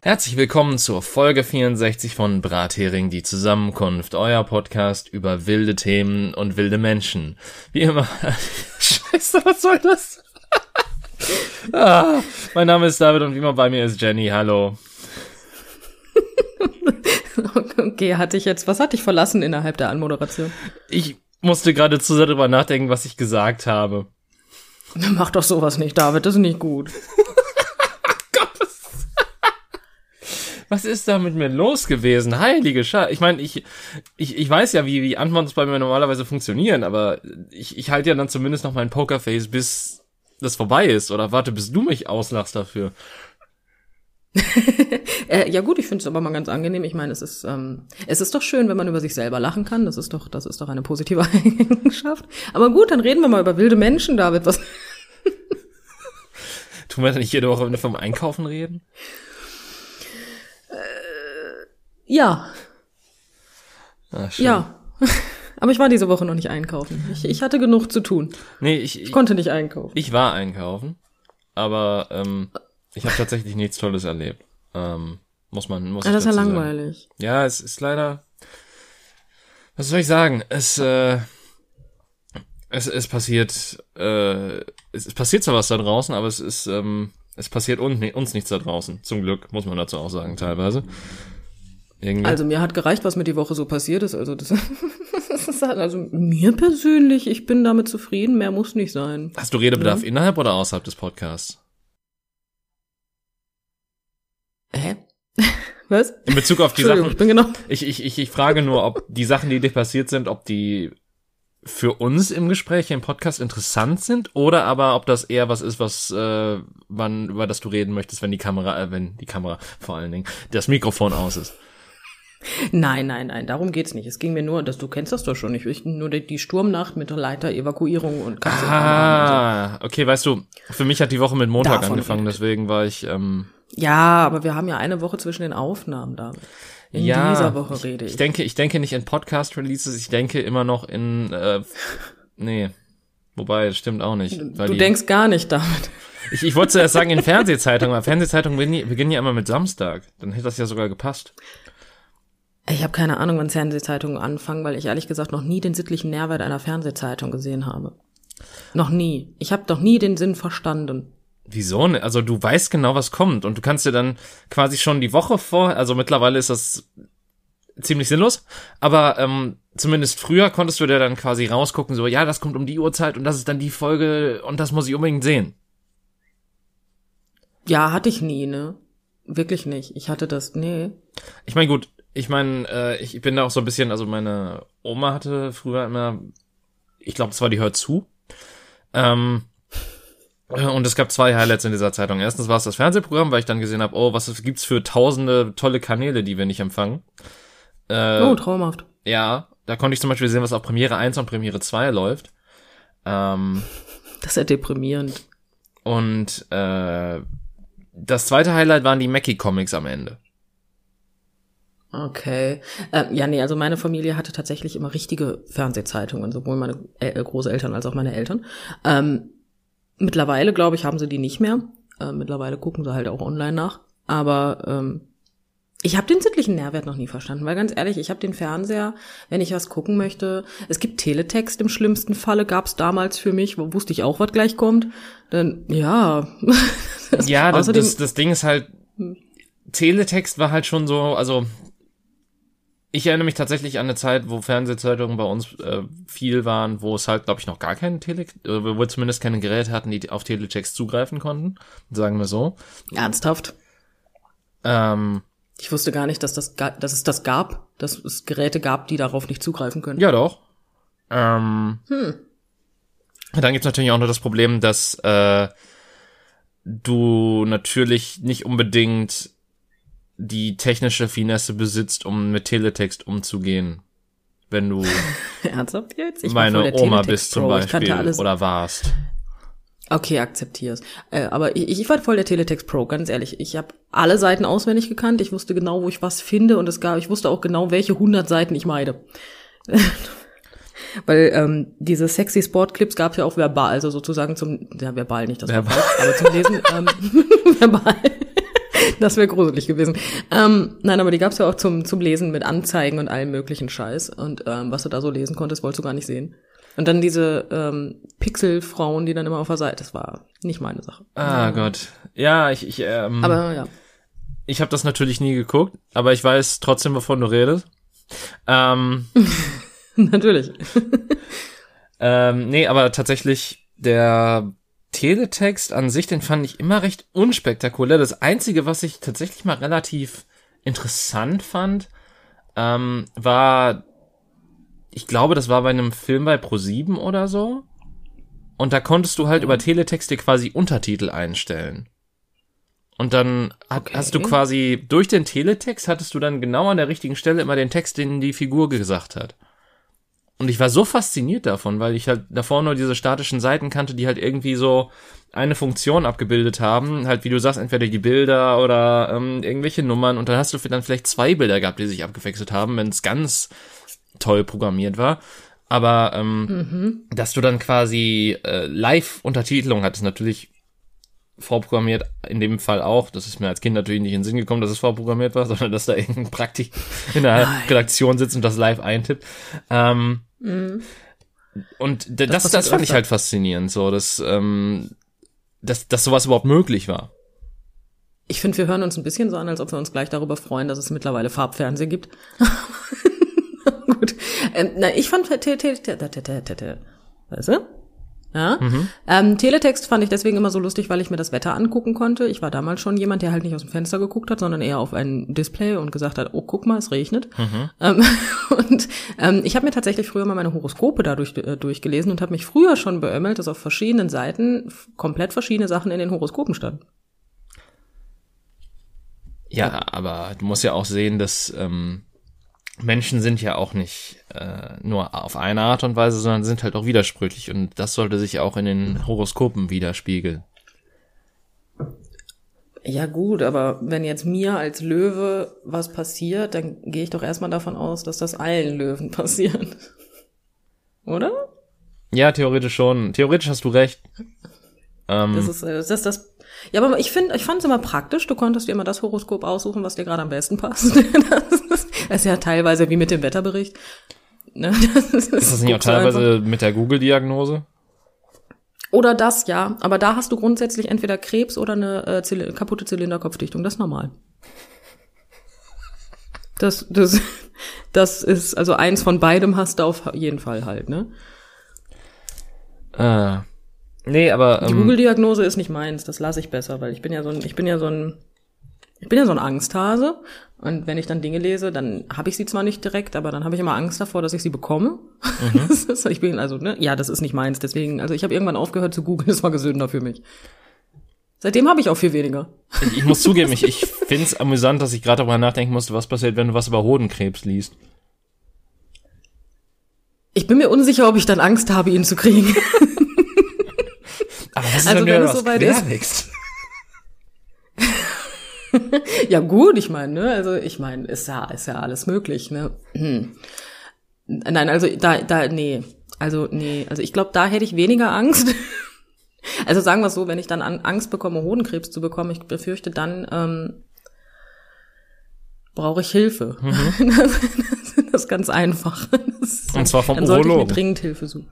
Herzlich willkommen zur Folge 64 von Brathering, die Zusammenkunft, euer Podcast über wilde Themen und wilde Menschen. Wie immer, scheiße, was soll das? Mein Name ist David und wie immer bei mir ist Jenny, hallo. Okay, was hat dich verlassen innerhalb der Anmoderation? Ich musste gerade zu sehr darüber nachdenken, was ich gesagt habe. Mach doch sowas nicht, David, das ist nicht gut. Was ist da mit mir los gewesen? Heilige Scheiße. Ich meine, ich weiß ja, wie Antworten bei mir normalerweise funktionieren, aber ich halte ja dann zumindest noch mein Pokerface, bis das vorbei ist. Oder warte, bis du mich auslachst dafür. Ja gut, ich finde es aber mal ganz angenehm. Ich meine, es ist doch schön, wenn man über sich selber lachen kann. Das ist doch eine positive Eigenschaft. Aber gut, dann reden wir mal über wilde Menschen, David. Was? Tun wir dann nicht jede Woche vom Einkaufen reden? Ja. Schön. Ja. Aber ich war diese Woche noch nicht einkaufen. Ich hatte genug zu tun. Nee, ich konnte nicht einkaufen. Ich war einkaufen, aber ich habe tatsächlich nichts Tolles erlebt. Muss das ist ja langweilig. Sagen. Ja, es ist leider. Was soll ich sagen? Es passiert. Es passiert zwar was da draußen, aber es passiert uns nichts da draußen. Zum Glück, muss man dazu auch sagen, teilweise. Irgendwie. Also mir hat gereicht, was mir die Woche so passiert ist. Also also mir persönlich, ich bin damit zufrieden, mehr muss nicht sein. Hast du Redebedarf innerhalb oder außerhalb des Podcasts? Hä? Was? In Bezug auf die Sachen. Ich bin genau. Ich frage nur, ob die Sachen, die dir passiert sind, ob die für uns im Gespräch, im Podcast interessant sind oder aber ob das eher was ist, was über das du reden möchtest, wenn die Kamera vor allen Dingen, das Mikrofon aus ist. Nein, darum geht's nicht. Es ging mir nur, du kennst das doch schon. Nur die Sturmnacht mit der Leiter-Evakuierung und Katze. Okay, weißt du, für mich hat die Woche mit Montag angefangen, deswegen war ich Ja, aber wir haben ja eine Woche zwischen den Aufnahmen da. In dieser Woche rede ich. Ich denke nicht in Podcast-Releases, ich denke immer noch in nee, wobei, das stimmt auch nicht. Weil du denkst gar nicht damit. Ich wollte zuerst sagen in Fernsehzeitungen, aber Fernsehzeitungen beginnen ja immer mit Samstag. Dann hätte das ja sogar gepasst. Ich habe keine Ahnung, wann Fernsehzeitungen anfangen, weil ich ehrlich gesagt noch nie den sittlichen Nährwert einer Fernsehzeitung gesehen habe. Noch nie. Ich habe doch nie den Sinn verstanden. Wieso? Also du weißt genau, was kommt und du kannst dir dann quasi schon die Woche also mittlerweile ist das ziemlich sinnlos, aber zumindest früher konntest du dir dann quasi rausgucken, so ja, das kommt um die Uhrzeit und das ist dann die Folge und das muss ich unbedingt sehen. Ja, hatte ich nie, ne? Wirklich nicht. Ich hatte das, nee. Ich bin da auch so ein bisschen, also meine Oma hatte früher immer, ich glaube, das war die Hört zu, und es gab 2 Highlights in dieser Zeitung. Erstens war es das Fernsehprogramm, weil ich dann gesehen habe, was gibt's für tausende tolle Kanäle, die wir nicht empfangen. Traumhaft. Ja, da konnte ich zum Beispiel sehen, was auf Premiere 1 und Premiere 2 läuft. Das ist ja deprimierend. Und das zweite Highlight waren die Mackie-Comics am Ende. Okay. Also meine Familie hatte tatsächlich immer richtige Fernsehzeitungen, sowohl meine Großeltern als auch meine Eltern. Mittlerweile, glaube ich, haben sie die nicht mehr. Mittlerweile gucken sie halt auch online nach. Aber ich habe den sittlichen Nährwert noch nie verstanden, weil ganz ehrlich, ich habe den Fernseher, wenn ich was gucken möchte, es gibt Teletext im schlimmsten Falle, gab's damals für mich, wo wusste ich auch, was gleich kommt. Dann, ja. Ja, das Ding ist halt, Teletext war halt schon so, also ich erinnere mich tatsächlich an eine Zeit, wo Fernsehzeitungen bei uns viel waren, wo es halt, glaube ich, noch gar keinen wo wir zumindest keine Geräte hatten, die auf Teletext zugreifen konnten, sagen wir so. Ernsthaft? Ich wusste gar nicht, dass es das gab, dass es Geräte gab, die darauf nicht zugreifen können. Ja, doch. Dann gibt's natürlich auch noch das Problem, dass du natürlich nicht unbedingt die technische Finesse besitzt, um mit Teletext umzugehen, wenn du Ernsthaft jetzt? meine Oma bist zum Beispiel oder warst. Okay, akzeptier's. Aber ich war voll der Teletext Pro, ganz ehrlich. Ich habe alle Seiten auswendig gekannt. Ich wusste genau, wo ich was finde und ich wusste auch genau, welche 100 Seiten ich meide. Weil diese sexy Sportclips gab's ja auch verbal, also sozusagen verbal nicht das verbal, aber zum Lesen verbal. Das wäre gruselig gewesen. Nein, aber die gab's ja auch zum Lesen mit Anzeigen und allem möglichen Scheiß. Und was du da so lesen konntest, wolltest du gar nicht sehen. Und dann diese Pixelfrauen, die dann immer auf der Seite, das war nicht meine Sache. Ah Gott. Ja, aber ja. Ich habe das natürlich nie geguckt, aber ich weiß trotzdem, wovon du redest. Natürlich. Nee, aber tatsächlich der Teletext an sich, den fand ich immer recht unspektakulär. Das Einzige, was ich tatsächlich mal relativ interessant fand, war, ich glaube, das war bei einem Film bei ProSieben oder so. Und da konntest du halt über Teletexte quasi Untertitel einstellen. Und dann hast du quasi, durch den Teletext hattest du dann genau an der richtigen Stelle immer den Text, den die Figur gesagt hat. Und ich war so fasziniert davon, weil ich halt davor nur diese statischen Seiten kannte, die halt irgendwie so eine Funktion abgebildet haben. Halt, wie du sagst, entweder die Bilder oder irgendwelche Nummern. Und dann hast du dann vielleicht 2 Bilder gehabt, die sich abgewechselt haben, wenn es ganz toll programmiert war. Aber dass du dann quasi Live-Untertitelung hattest, natürlich vorprogrammiert, in dem Fall auch. Das ist mir als Kind natürlich nicht in den Sinn gekommen, dass es vorprogrammiert war, sondern dass da irgendein Praktik in der Redaktion sitzt und das live eintippt. Und das fand ich halt faszinierend, so, dass sowas überhaupt möglich war. Ich finde, wir hören uns ein bisschen so an, als ob wir uns gleich darüber freuen, dass es mittlerweile Farbfernsehen gibt. Gut. Ich fand weißt du? Ja. Teletext fand ich deswegen immer so lustig, weil ich mir das Wetter angucken konnte. Ich war damals schon jemand, der halt nicht aus dem Fenster geguckt hat, sondern eher auf ein Display und gesagt hat, oh, guck mal, es regnet. Ich habe mir tatsächlich früher mal meine Horoskope dadurch durchgelesen und habe mich früher schon beömmelt, dass auf verschiedenen Seiten komplett verschiedene Sachen in den Horoskopen standen. Ja, aber du musst ja auch sehen, dass Menschen sind ja auch nicht nur auf eine Art und Weise, sondern sind halt auch widersprüchlich. Und das sollte sich auch in den Horoskopen widerspiegeln. Ja gut, aber wenn jetzt mir als Löwe was passiert, dann gehe ich doch erstmal davon aus, dass das allen Löwen passiert. Oder? Ja, theoretisch schon. Theoretisch hast du recht. Ja, aber ich fand es immer praktisch. Du konntest dir immer das Horoskop aussuchen, was dir gerade am besten passt. Das ist ja teilweise wie mit dem Wetterbericht. Ne? Ist das nicht auch teilweise mit der Google-Diagnose? Oder das, ja. Aber da hast du grundsätzlich entweder Krebs oder eine kaputte Zylinderkopfdichtung. Das ist normal. Das ist, also eins von beidem hast du auf jeden Fall halt, ne? Nee, aber die Google-Diagnose ist nicht meins, das lasse ich besser, weil ich bin ja so ein Angsthase und wenn ich dann Dinge lese, dann habe ich sie zwar nicht direkt, aber dann habe ich immer Angst davor, dass ich sie bekomme. Das ist nicht meins, deswegen, also ich habe irgendwann aufgehört zu googeln, das war gesünder für mich. Seitdem habe ich auch viel weniger. Ich muss zugeben, ich find's amüsant, dass ich gerade darüber nachdenken musste, was passiert, wenn du was über Hodenkrebs liest. Ich bin mir unsicher, ob ich dann Angst habe, ihn zu kriegen. Aber was ist also, wenn es soweit ist? Ja gut, ich meine, ne, also ist ja alles möglich, ne. Nein, also nee, also ich glaube, da hätte ich weniger Angst. Also sagen wir es so, wenn ich dann Angst bekomme, Hodenkrebs zu bekommen, ich befürchte, dann brauche ich Hilfe. Das ist ganz einfach. Und zwar vom Urologen. Dann sollte ich mir dringend Hilfe suchen.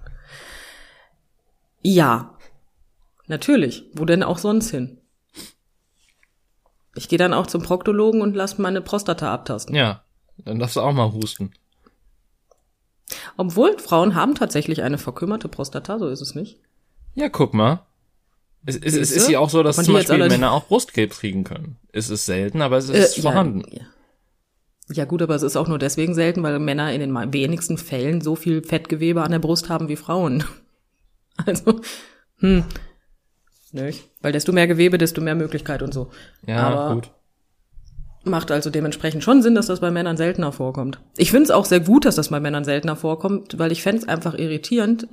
Ja, natürlich. Wo denn auch sonst hin? Ich gehe dann auch zum Proktologen und lasse meine Prostata abtasten. Ja, dann darfst du auch mal husten. Obwohl, Frauen haben tatsächlich eine verkümmerte Prostata, so ist es nicht. Ja, guck mal. Es ist ja auch so, dass zum Beispiel Männer auch Brustkrebs kriegen können. Es ist selten, aber es ist vorhanden. Ja gut, aber es ist auch nur deswegen selten, weil Männer in den wenigsten Fällen so viel Fettgewebe an der Brust haben wie Frauen. Also, nicht? Weil desto mehr Gewebe, desto mehr Möglichkeit und so. Ja, aber gut. Macht also dementsprechend schon Sinn, dass das bei Männern seltener vorkommt. Ich finde es auch sehr gut, dass das bei Männern seltener vorkommt, weil ich fände es einfach irritierend,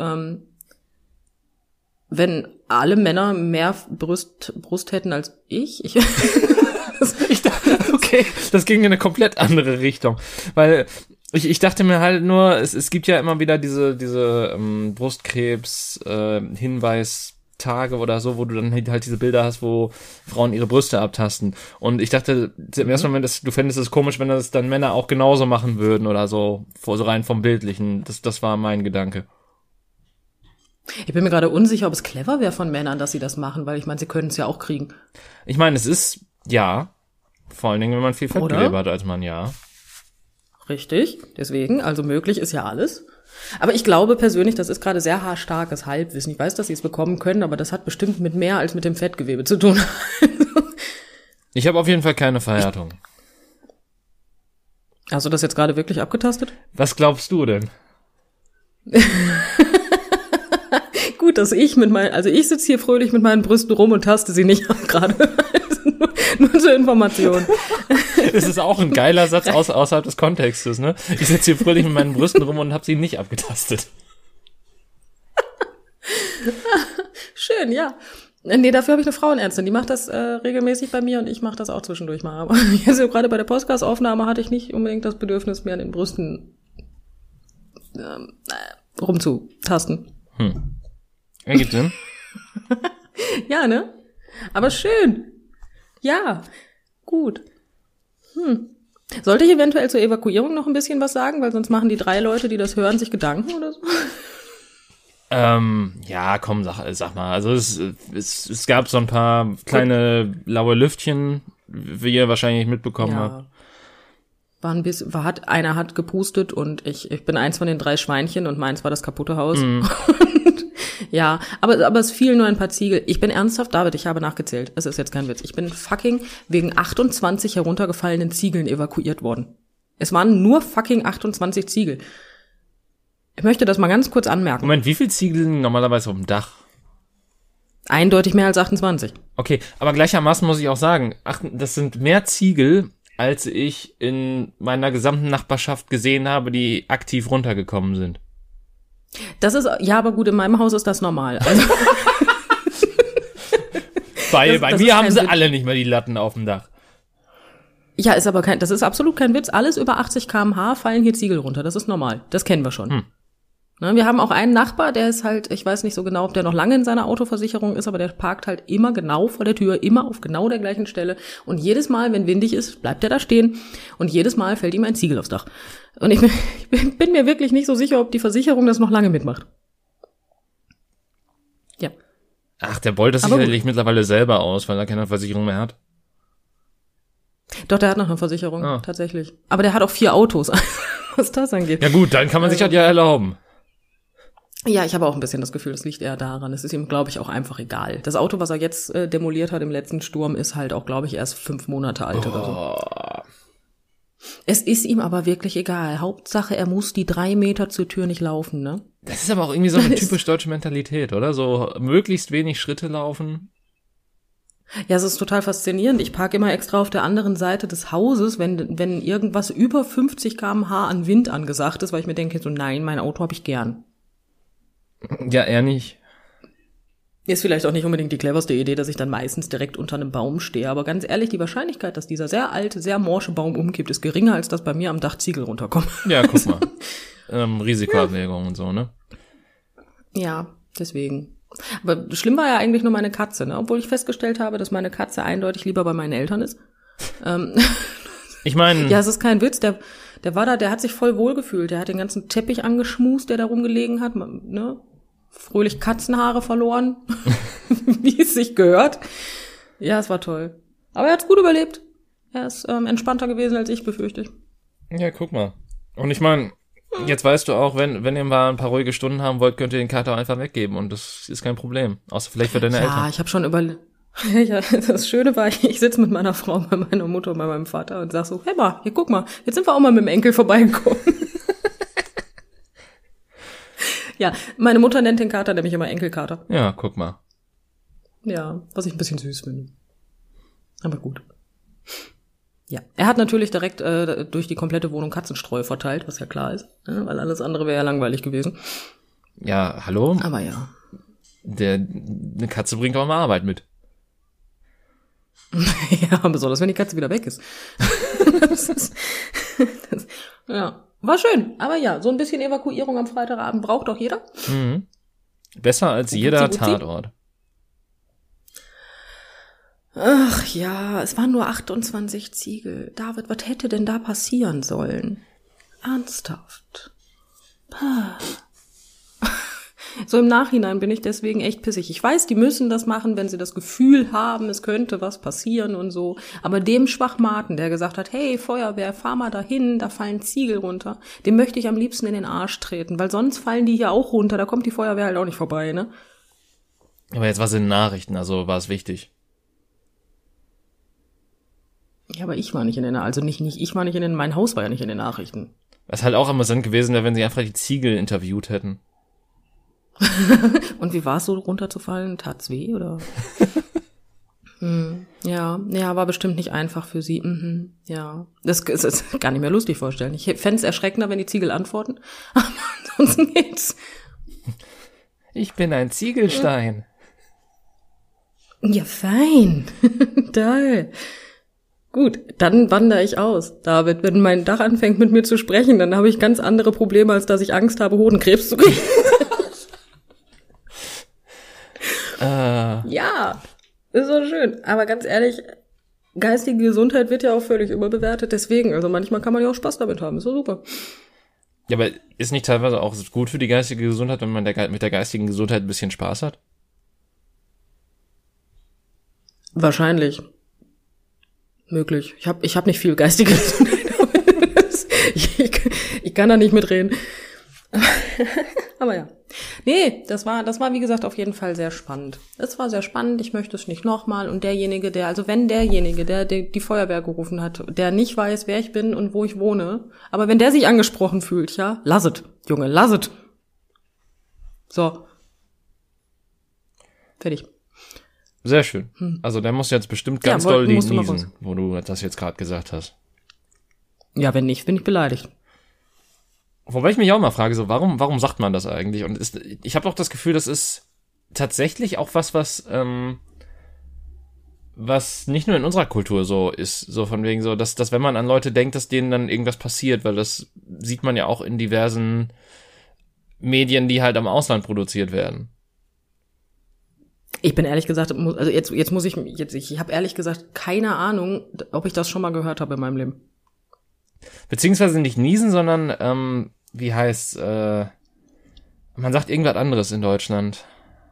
wenn alle Männer mehr Brust hätten als ich. Ich dachte, okay, das ging in eine komplett andere Richtung. Weil ich dachte mir halt nur, es gibt ja immer wieder diese Brustkrebs Hinweis Tage oder so, wo du dann halt diese Bilder hast, wo Frauen ihre Brüste abtasten. Und ich dachte im ersten Moment, du fändest es komisch, wenn das dann Männer auch genauso machen würden oder so, so rein vom Bildlichen. Das war mein Gedanke. Ich bin mir gerade unsicher, ob es clever wäre von Männern, dass sie das machen, weil ich meine, sie können es ja auch kriegen. Ich meine, es ist, ja, vor allen Dingen, wenn man viel Fettgewebe hat als Mann, ja. Richtig, deswegen, also möglich ist ja alles. Aber ich glaube persönlich, das ist gerade sehr haarstarkes Halbwissen. Ich weiß, dass sie es bekommen können, aber das hat bestimmt mit mehr als mit dem Fettgewebe zu tun. Ich habe auf jeden Fall keine Verhärtung. Hast du das jetzt gerade wirklich abgetastet? Was glaubst du denn? Gut, dass ich ich sitze hier fröhlich mit meinen Brüsten rum und taste sie nicht ab gerade. Nur zur Information. Das ist auch ein geiler Satz außerhalb des Kontextes, ne? Ich sitze hier fröhlich mit meinen Brüsten rum und habe sie nicht abgetastet. Schön, ja. Nee, dafür habe ich eine Frauenärztin, die macht das regelmäßig bei mir und ich mache das auch zwischendurch mal. Aber also gerade bei der Podcast-Aufnahme hatte ich nicht unbedingt das Bedürfnis, mir an den Brüsten rumzutasten. Ergibt Sinn. Ja, ne? Aber schön. Ja, gut. Sollte ich eventuell zur Evakuierung noch ein bisschen was sagen? Weil sonst machen die 3 Leute, die das hören, sich Gedanken oder so. Ja, komm, sag mal. Also es gab so ein paar kleine laue Lüftchen, wie ihr wahrscheinlich mitbekommen habt. War ein bisschen, einer hat gepustet und ich bin eins von den 3 Schweinchen und meins war das kaputte Haus. Ja, aber es fielen nur ein paar Ziegel. Ich bin ernsthaft, David, ich habe nachgezählt. Es ist jetzt kein Witz. Ich bin fucking wegen 28 heruntergefallenen Ziegeln evakuiert worden. Es waren nur fucking 28 Ziegel. Ich möchte das mal ganz kurz anmerken. Moment, wie viele Ziegel sind normalerweise auf dem Dach? Eindeutig mehr als 28. Okay, aber gleichermaßen muss ich auch sagen, das sind mehr Ziegel, als ich in meiner gesamten Nachbarschaft gesehen habe, die aktiv runtergekommen sind. Das ist, ja, aber gut, in meinem Haus ist das normal. Also Weil bei mir haben sie alle nicht mehr die Latten auf dem Dach. Ja, das ist absolut kein Witz. Alles über 80 km/h fallen hier Ziegel runter. Das ist normal. Das kennen wir schon. Ne, wir haben auch einen Nachbar, der ist halt, ich weiß nicht so genau, ob der noch lange in seiner Autoversicherung ist, aber der parkt halt immer genau vor der Tür, immer auf genau der gleichen Stelle. Und jedes Mal, wenn windig ist, bleibt er da stehen. Und jedes Mal fällt ihm ein Ziegel aufs Dach. Und ich bin mir wirklich nicht so sicher, ob die Versicherung das noch lange mitmacht. Ja. Ach, der beult das sicherlich mittlerweile selber aus, weil er keine Versicherung mehr hat. Doch, der hat noch eine Versicherung, tatsächlich. Aber der hat auch 4 Autos, was das angeht. Ja gut, dann kann man sich das ja erlauben. Ja, ich habe auch ein bisschen das Gefühl, das liegt eher daran. Es ist ihm, glaube ich, auch einfach egal. Das Auto, was er jetzt demoliert hat im letzten Sturm, ist halt auch, glaube ich, erst 5 Monate alt oder so. Es ist ihm aber wirklich egal. Hauptsache, er muss die 3 Meter zur Tür nicht laufen, ne? Das ist aber auch irgendwie so eine typisch deutsche Mentalität, oder? So möglichst wenig Schritte laufen. Ja, es ist total faszinierend. Ich parke immer extra auf der anderen Seite des Hauses, wenn irgendwas über 50 km/h an Wind angesagt ist, weil ich mir denke, so nein, mein Auto habe ich gern. Ja, eher nicht. Ist vielleicht auch nicht unbedingt die cleverste Idee, dass ich dann meistens direkt unter einem Baum stehe. Aber ganz ehrlich, die Wahrscheinlichkeit, dass dieser sehr alte, sehr morsche Baum umkippt, ist geringer, als dass bei mir am Dach Ziegel runterkommen. Ja, guck mal. Risikoabwägung und so, ne? Ja, deswegen. Aber schlimm war ja eigentlich nur meine Katze, ne? Obwohl ich festgestellt habe, dass meine Katze eindeutig lieber bei meinen Eltern ist. Ich meine... Ja, es ist kein Witz, der war da, der hat sich voll wohl gefühlt. Der hat den ganzen Teppich angeschmust, der da rumgelegen hat, ne? Fröhlich Katzenhaare verloren, wie es sich gehört. Ja, es war toll. Aber er hat's gut überlebt. Er ist entspannter gewesen als ich, befürchte ich. Ja, guck mal. Und ich meine, jetzt weißt du auch, wenn ihr mal ein paar ruhige Stunden haben wollt, könnt ihr den Kater auch einfach weggeben und das ist kein Problem. Außer vielleicht für deine Eltern. Ja, ich habe schon überlegt. Ja, das Schöne war, ich sitze mit meiner Frau, bei meiner Mutter und bei meinem Vater und sag so, hey mal, hier guck mal, jetzt sind wir auch mal mit dem Enkel vorbeigekommen. Ja, meine Mutter nennt den Kater nämlich immer Enkelkater. Ja, guck mal. Ja, was ich ein bisschen süß finde. Aber gut. Ja, er hat natürlich direkt durch die komplette Wohnung Katzenstreu verteilt, was ja klar ist, ne? Weil alles andere wäre ja langweilig gewesen. Ja, hallo? Aber ja. Eine Katze bringt auch mal Arbeit mit. Ja, besonders wenn die Katze wieder weg ist. Ja, war schön. Aber ja, so ein bisschen Evakuierung am Freitagabend braucht doch jeder. Mhm. Besser als jeder Tatort. Ach ja, es waren nur 28 Ziegel. David, was hätte denn da passieren sollen? Ernsthaft. So im Nachhinein bin ich deswegen echt pissig. Ich weiß, die müssen das machen, wenn sie das Gefühl haben, es könnte was passieren und so. Aber dem Schwachmaten, der gesagt hat, hey, Feuerwehr, fahr mal dahin, da fallen Ziegel runter, dem möchte ich am liebsten in den Arsch treten, weil sonst fallen die hier auch runter, da kommt die Feuerwehr halt auch nicht vorbei, ne? Aber jetzt war es in den Nachrichten, also war es wichtig. Ja, aber ich war nicht in den Nachrichten, also nicht ich war nicht in den, mein Haus war ja nicht in den Nachrichten. Was halt auch amüsant gewesen wäre, wenn sie einfach die Ziegel interviewt hätten. Und wie war es so runterzufallen? Tat's weh, oder? Ja, war bestimmt nicht einfach für sie. Ja, das ist gar nicht mehr lustig vorstellen. Ich fände es erschreckender, wenn die Ziegel antworten. Aber ansonsten geht's. Ich bin ein Ziegelstein. Ja, fein. Toll. Gut, dann wandere ich aus. David, wenn mein Dach anfängt mit mir zu sprechen, dann habe ich ganz andere Probleme, als dass ich Angst habe, Hodenkrebs zu kriegen. Ja, ist so schön. Aber ganz ehrlich, geistige Gesundheit wird ja auch völlig überbewertet. Deswegen, also manchmal kann man ja auch Spaß damit haben. Ist so super. Ja, aber ist nicht teilweise auch gut für die geistige Gesundheit, wenn man mit der geistigen Gesundheit ein bisschen Spaß hat? Wahrscheinlich. Möglich. Ich hab nicht viel geistige Gesundheit. Ich kann da nicht mitreden. Aber ja. Nee, das war wie gesagt auf jeden Fall sehr spannend. Es war sehr spannend, ich möchte es nicht nochmal. Und derjenige, der die Feuerwehr gerufen hat, der nicht weiß, wer ich bin und wo ich wohne, aber wenn der sich angesprochen fühlt, ja, lasset, Junge, lasset. So. Fertig. Sehr schön. Also der muss jetzt bestimmt ganz doll niesen, wo du das jetzt gerade gesagt hast. Ja, wenn nicht, bin ich beleidigt. Wobei ich mich auch mal frage, so warum sagt man das eigentlich? Und ich habe auch das Gefühl, das ist tatsächlich auch was nicht nur in unserer Kultur so ist, so von wegen so, dass wenn man an Leute denkt, dass denen dann irgendwas passiert, weil das sieht man ja auch in diversen Medien, die halt am Ausland produziert werden. Ich bin ehrlich gesagt, also ich habe ehrlich gesagt keine Ahnung, ob ich das schon mal gehört habe in meinem Leben. Beziehungsweise nicht niesen, sondern, wie heißt's, man sagt irgendwas anderes in Deutschland.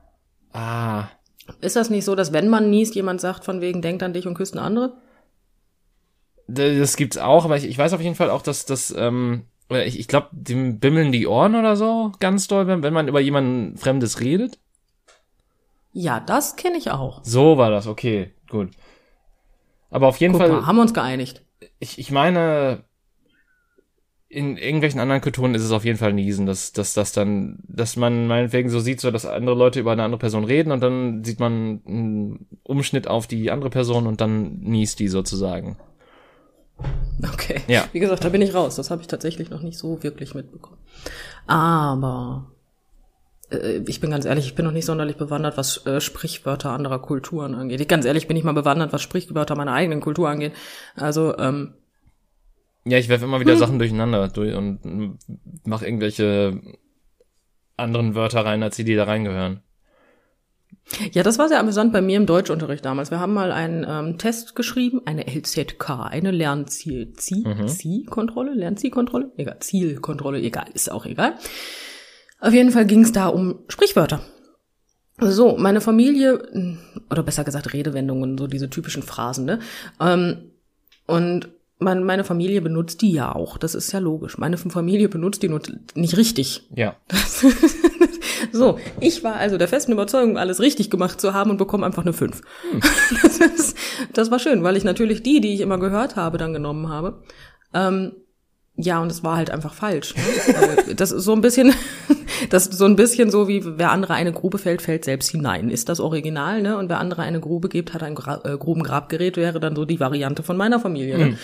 Ist das nicht so, dass wenn man niest, jemand sagt von wegen, denkt an dich und küsst eine andere? Das gibt's auch, aber ich weiß auf jeden Fall auch, dass das, ich glaube, dem bimmeln die Ohren oder so ganz doll, wenn man über jemanden Fremdes redet. Ja, das kenne ich auch. So war das, okay, gut. Aber auf jeden Fall. Haben wir uns geeinigt. Ich meine, in irgendwelchen anderen Kulturen ist es auf jeden Fall niesen, dass man meinetwegen so sieht, so dass andere Leute über eine andere Person reden und dann sieht man einen Umschnitt auf die andere Person und dann niest die sozusagen. Okay. Ja. Wie gesagt, da bin ich raus. Das habe ich tatsächlich noch nicht so wirklich mitbekommen. Aber ich bin ganz ehrlich, ich bin noch nicht sonderlich bewandert, was Sprichwörter anderer Kulturen angeht. Ganz ehrlich, bin ich mal bewandert, was Sprichwörter meiner eigenen Kultur angeht. Also, ja, ich werfe immer wieder Sachen durcheinander und mache irgendwelche anderen Wörter rein, als die da reingehören. Ja, das war sehr amüsant bei mir im Deutschunterricht damals. Wir haben mal einen Test geschrieben, eine LZK, eine Lernzielkontrolle, egal, Zielkontrolle, egal, ist auch egal. Auf jeden Fall ging es da um Sprichwörter. So, meine Familie, oder besser gesagt Redewendungen, so diese typischen Phrasen, ne? Und meine Familie benutzt die ja auch, das ist ja logisch. Meine Familie benutzt die nur nicht richtig. Ja. So, ich war also der festen Überzeugung, alles richtig gemacht zu haben und bekomme einfach eine 5. Das war schön, weil ich natürlich die ich immer gehört habe, dann genommen habe. Ja, und es war halt einfach falsch. Ne? Das ist so ein bisschen so wie, wer andere eine Grube fällt selbst hinein. Ist das Original, ne? Und wer andere eine Grube gibt, hat ein Grubengrabgerät, wäre dann so die Variante von meiner Familie. Ne?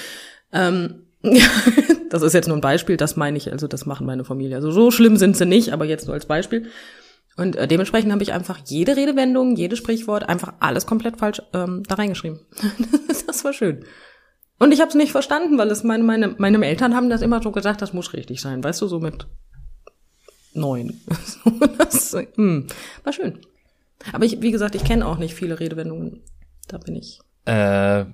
Das ist jetzt nur ein Beispiel, das meine ich, also das machen meine Familie. Also so schlimm sind sie nicht, aber jetzt nur als Beispiel. Und dementsprechend habe ich einfach jede Redewendung, jedes Sprichwort, einfach alles komplett falsch da reingeschrieben. Das war schön. Und ich habe es nicht verstanden, weil es meine Eltern haben das immer so gesagt, das muss richtig sein, weißt du, so mit 9. Das war schön. Aber wie gesagt, ich kenne auch nicht viele Redewendungen. Da bin ich. Ja.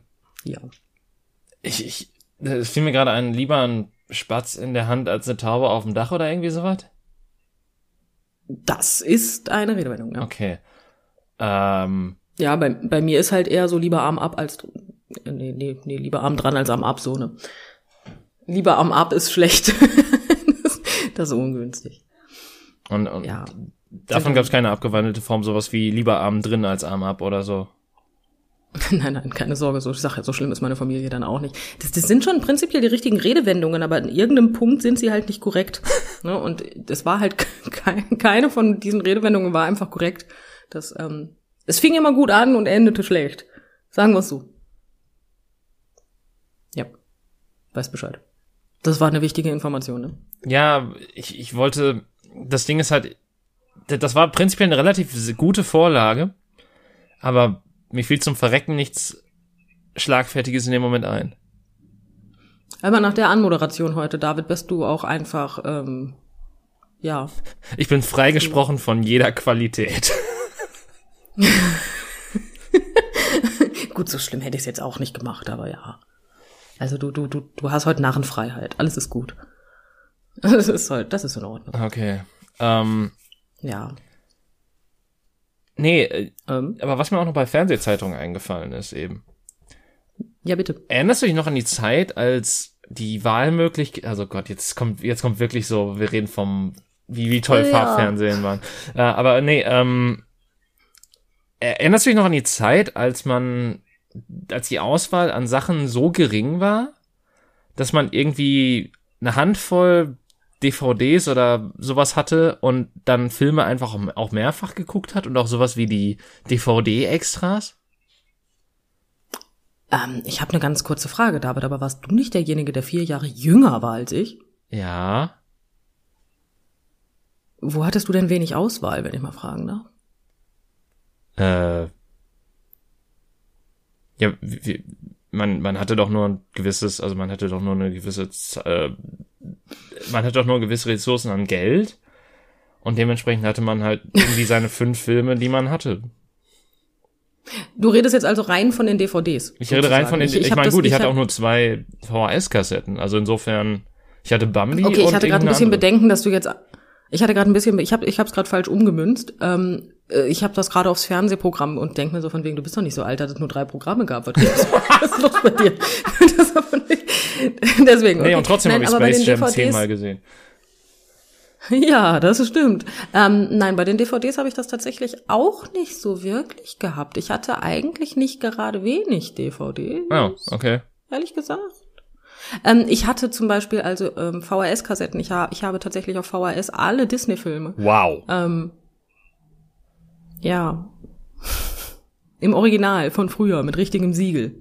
Ich es fiel mir gerade ein, lieber ein Spatz in der Hand als eine Taube auf dem Dach oder irgendwie sowas? Das ist eine Redewendung, ja. Okay. Ja, bei mir ist halt eher so lieber Arm ab als, nee, lieber Arm dran als Arm ab, so, ne. Lieber Arm ab ist schlecht. Das ist ungünstig. Und ja. Davon gab es keine abgewandelte Form, sowas wie lieber Arm drin als Arm ab oder so. Nein, keine Sorge, so schlimm ist meine Familie dann auch nicht. Das sind schon prinzipiell die richtigen Redewendungen, aber in irgendeinem Punkt sind sie halt nicht korrekt. Ne? Und das war halt keine von diesen Redewendungen war einfach korrekt. Es fing immer gut an und endete schlecht. Sagen wir es so. Ja, weiß Bescheid. Das war eine wichtige Information, ne? Ja, ich wollte, das Ding ist halt, das war prinzipiell eine relativ gute Vorlage, aber mir fiel zum Verrecken nichts Schlagfertiges in dem Moment ein. Aber nach der Anmoderation heute, David, bist du auch einfach, ja. Ich bin freigesprochen von jeder Qualität. Gut, so schlimm hätte ich es jetzt auch nicht gemacht, aber ja. Also du hast heute Narrenfreiheit. Alles ist gut. Das ist in Ordnung. Okay. Ja. Nee, aber was mir auch noch bei Fernsehzeitungen eingefallen ist eben. Ja, bitte. Erinnerst du dich noch an die Zeit, als die Wahlmöglichkeit, also Gott, jetzt kommt wirklich so, wir reden vom, wie toll Farbfernsehen waren. Aber nee, erinnerst du dich noch an die Zeit, als die Auswahl an Sachen so gering war, dass man irgendwie eine Handvoll DVDs oder sowas hatte und dann Filme einfach auch mehrfach geguckt hat und auch sowas wie die DVD-Extras? Ich habe eine ganz kurze Frage, David, aber warst du nicht derjenige, der 4 Jahre jünger war als ich? Ja. Wo hattest du denn wenig Auswahl, wenn ich mal fragen darf? Ja, man hatte doch nur ein gewisses, also man hatte doch nur gewisse Ressourcen an Geld und dementsprechend hatte man halt irgendwie seine 5 Filme, die man hatte. Du redest jetzt also rein von den DVDs. Ich rede rein von den, ich meine, gut, ich hatte auch nur 2 VHS-Kassetten, also insofern, ich hatte Bambi okay, ich hatte gerade ein bisschen Bedenken, dass du jetzt, ich habe es gerade falsch umgemünzt. Ich habe das gerade aufs Fernsehprogramm und denke mir so von wegen, du bist doch nicht so alt, dass es nur 3 Programme gab. Was ist los bei dir? Das aber nicht. Deswegen. Okay. Nee, und trotzdem habe ich Space Jam 10-mal gesehen. Ja, das stimmt. Nein, bei den DVDs habe ich das tatsächlich auch nicht so wirklich gehabt. Ich hatte eigentlich nicht gerade wenig DVDs. Oh, okay. Ehrlich gesagt. Ich hatte zum Beispiel also VHS-Kassetten. Ich habe tatsächlich auf VHS alle Disney-Filme. Wow. Ja. Im Original von früher mit richtigem Siegel.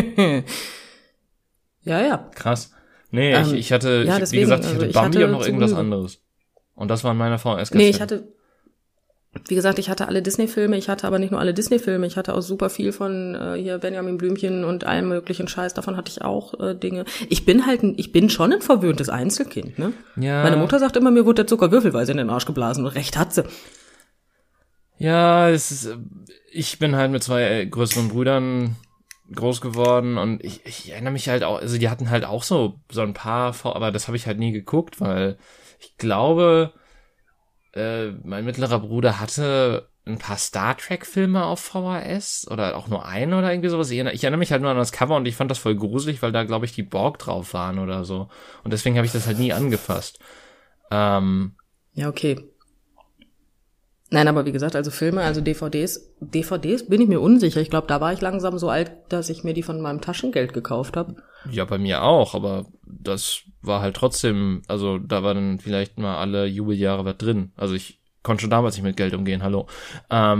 Ja. Krass. Nee, ich hatte, ja, wie gesagt, ich hatte Bambi und noch irgendwas anderes. Und das waren meine VHS-Kassetten. Nee, ich hatte alle Disney-Filme, ich hatte aber nicht nur alle Disney-Filme, ich hatte auch super viel von hier Benjamin Blümchen und allem möglichen Scheiß, davon hatte ich auch Dinge. Ich bin schon ein verwöhntes Einzelkind, ne? Ja. Meine Mutter sagt immer, mir wurde der Zucker würfelweise in den Arsch geblasen und recht hat sie. Ja, ich bin halt mit 2 größeren Brüdern groß geworden und ich erinnere mich halt auch, also die hatten halt auch so ein paar, aber das habe ich halt nie geguckt, weil ich glaube, mein mittlerer Bruder hatte ein paar Star Trek Filme auf VHS oder auch nur einen oder irgendwie sowas. Ich erinnere mich halt nur an das Cover und ich fand das voll gruselig, weil da, glaube ich, die Borg drauf waren oder so. Und deswegen habe ich das halt nie angefasst. Ja, okay. Nein, aber wie gesagt, also Filme, also DVDs bin ich mir unsicher. Ich glaube, da war ich langsam so alt, dass ich mir die von meinem Taschengeld gekauft habe. Ja, bei mir auch, aber das war halt trotzdem, also da war dann vielleicht mal alle Jubeljahre was drin. Also ich konnte schon damals nicht mit Geld umgehen, hallo. Ja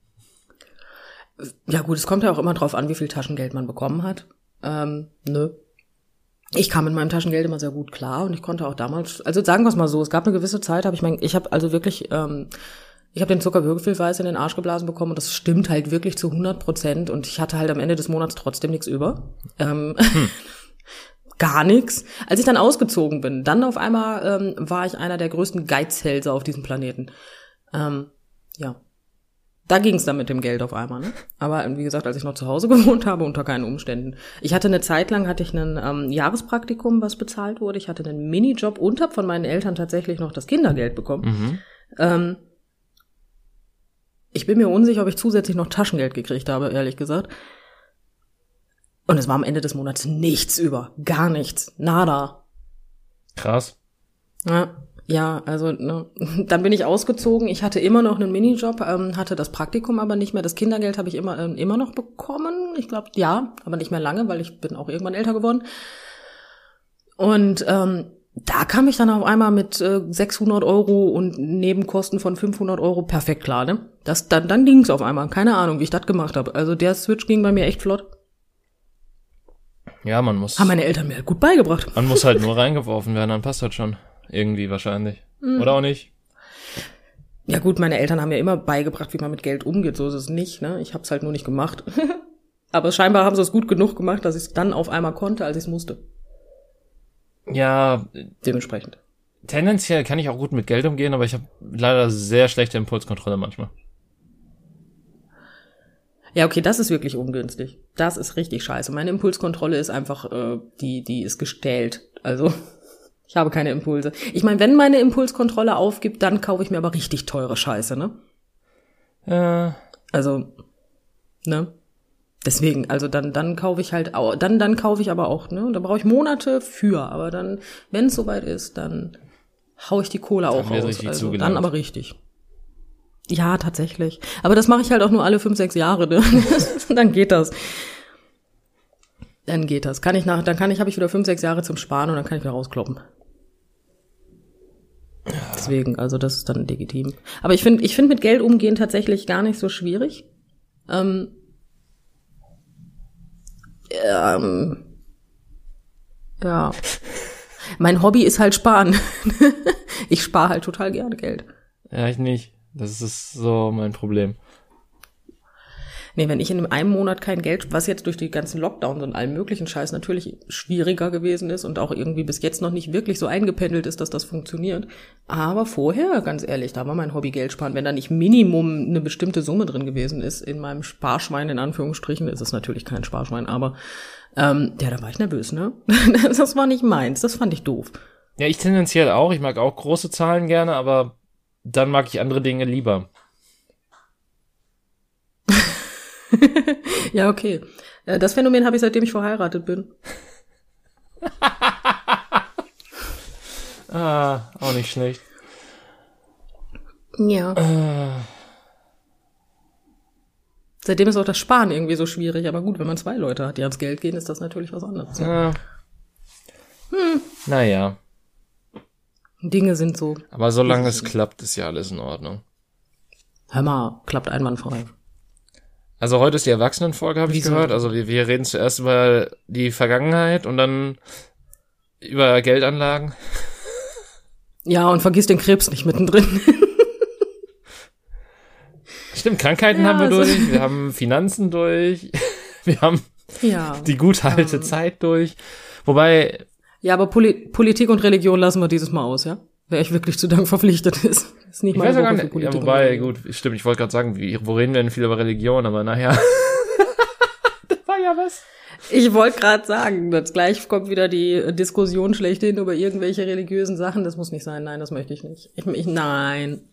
gut, es kommt ja auch immer drauf an, wie viel Taschengeld man bekommen hat. Nö. Ich kam mit meinem Taschengeld immer sehr gut klar und ich konnte auch damals, also sagen wir es mal so, es gab eine gewisse Zeit, ich habe also wirklich, ich habe den Zuckerwürfelweis in den Arsch geblasen bekommen und das stimmt halt wirklich zu 100% und ich hatte halt am Ende des Monats trotzdem nichts über. Gar nichts. Als ich dann ausgezogen bin, dann auf einmal war ich einer der größten Geizhälse auf diesem Planeten. Ja. Da ging es dann mit dem Geld auf einmal, ne? Aber wie gesagt, als ich noch zu Hause gewohnt habe, unter keinen Umständen. Ich hatte eine Zeit lang, ein Jahrespraktikum, was bezahlt wurde. Ich hatte einen Minijob und habe von meinen Eltern tatsächlich noch das Kindergeld bekommen. Ich bin mir unsicher, ob ich zusätzlich noch Taschengeld gekriegt habe, ehrlich gesagt. Und es war am Ende des Monats nichts über. Gar nichts. Nada. Krass. Ja, also ne, dann bin ich ausgezogen. Ich hatte immer noch einen Minijob, hatte das Praktikum aber nicht mehr. Das Kindergeld habe ich immer noch bekommen. Ich glaube, ja, aber nicht mehr lange, weil ich bin auch irgendwann älter geworden. Und da kam ich dann auf einmal mit 600 Euro und Nebenkosten von 500 Euro perfekt klar, ne? Dann ging's auf einmal. Keine Ahnung, wie ich das gemacht habe. Also der Switch ging bei mir echt flott. Ja, man muss... Haben meine Eltern mir gut beigebracht. Man muss halt nur reingeworfen werden, dann passt das schon. Irgendwie wahrscheinlich. Oder auch nicht? Ja gut, meine Eltern haben ja immer beigebracht, wie man mit Geld umgeht. So ist es nicht, ne? Ich hab's halt nur nicht gemacht. Aber scheinbar haben sie es gut genug gemacht, dass ich es dann auf einmal konnte, als ich es musste. Ja. Dementsprechend. Tendenziell kann ich auch gut mit Geld umgehen, aber ich habe leider sehr schlechte Impulskontrolle manchmal. Ja, okay, das ist wirklich ungünstig. Das ist richtig scheiße. Meine Impulskontrolle ist einfach, die ist gestellt. Also, ich habe keine Impulse. Ich meine, wenn meine Impulskontrolle aufgibt, dann kaufe ich mir aber richtig teure Scheiße, ne? Also, ne? Deswegen, also dann kaufe ich halt auch, dann kaufe ich aber auch, ne? Da brauche ich Monate für, aber dann, wenn es soweit ist, dann hau ich die Kohle auch raus. Also dann aber richtig. Ja, tatsächlich. Aber das mache ich halt auch nur alle 5, 6 Jahre, ne? Dann geht das. Dann habe ich wieder 5, 6 Jahre zum Sparen und dann kann ich wieder rauskloppen. Deswegen, also das ist dann legitim. Aber ich finde mit Geld umgehen tatsächlich gar nicht so schwierig. Ja. Mein Hobby ist halt sparen. Ich spare halt total gerne Geld. Ja, ich nicht. Das ist so mein Problem. Nee, wenn ich in einem Monat kein Geld, was jetzt durch die ganzen Lockdowns und allem möglichen Scheiß natürlich schwieriger gewesen ist und auch irgendwie bis jetzt noch nicht wirklich so eingependelt ist, dass das funktioniert. Aber vorher, ganz ehrlich, da war mein Hobby Geld sparen. Wenn da nicht Minimum eine bestimmte Summe drin gewesen ist in meinem Sparschwein, in Anführungsstrichen, ist es natürlich kein Sparschwein, aber ja, da war ich nervös, ne? Das war nicht meins, das fand ich doof. Ja, ich tendenziell auch. Ich mag auch große Zahlen gerne, aber dann mag ich andere Dinge lieber. Ja, okay. Das Phänomen habe ich, seitdem ich verheiratet bin. Auch nicht schlecht. Ja. Seitdem ist auch das Sparen irgendwie so schwierig. Aber gut, wenn man 2 Leute hat, die ans Geld gehen, ist das natürlich was anderes. Naja. Dinge sind so. Aber solange es klappt, ist ja alles in Ordnung. Hör mal, klappt einwandfrei. Also heute ist die Erwachsenenfolge, habe ich gehört. Also wir reden zuerst über die Vergangenheit und dann über Geldanlagen. Ja, und vergiss den Krebs nicht mittendrin. Stimmt, Krankheiten haben wir durch, wir haben Finanzen durch, wir haben die gute alte Zeit durch. Wobei... Ja, aber Politik und Religion lassen wir dieses Mal aus, ja? Wer ich wirklich zu Dank verpflichtet ist. Ist nicht mal Woche für Politik. Ja, wobei, gut, stimmt, ich wollte gerade sagen, wo reden wir denn viel über Religion, aber nachher. Das war ja was. Ich wollte gerade sagen, jetzt gleich kommt wieder die Diskussion schlechthin über irgendwelche religiösen Sachen. Das muss nicht sein, nein, das möchte ich nicht. Nein.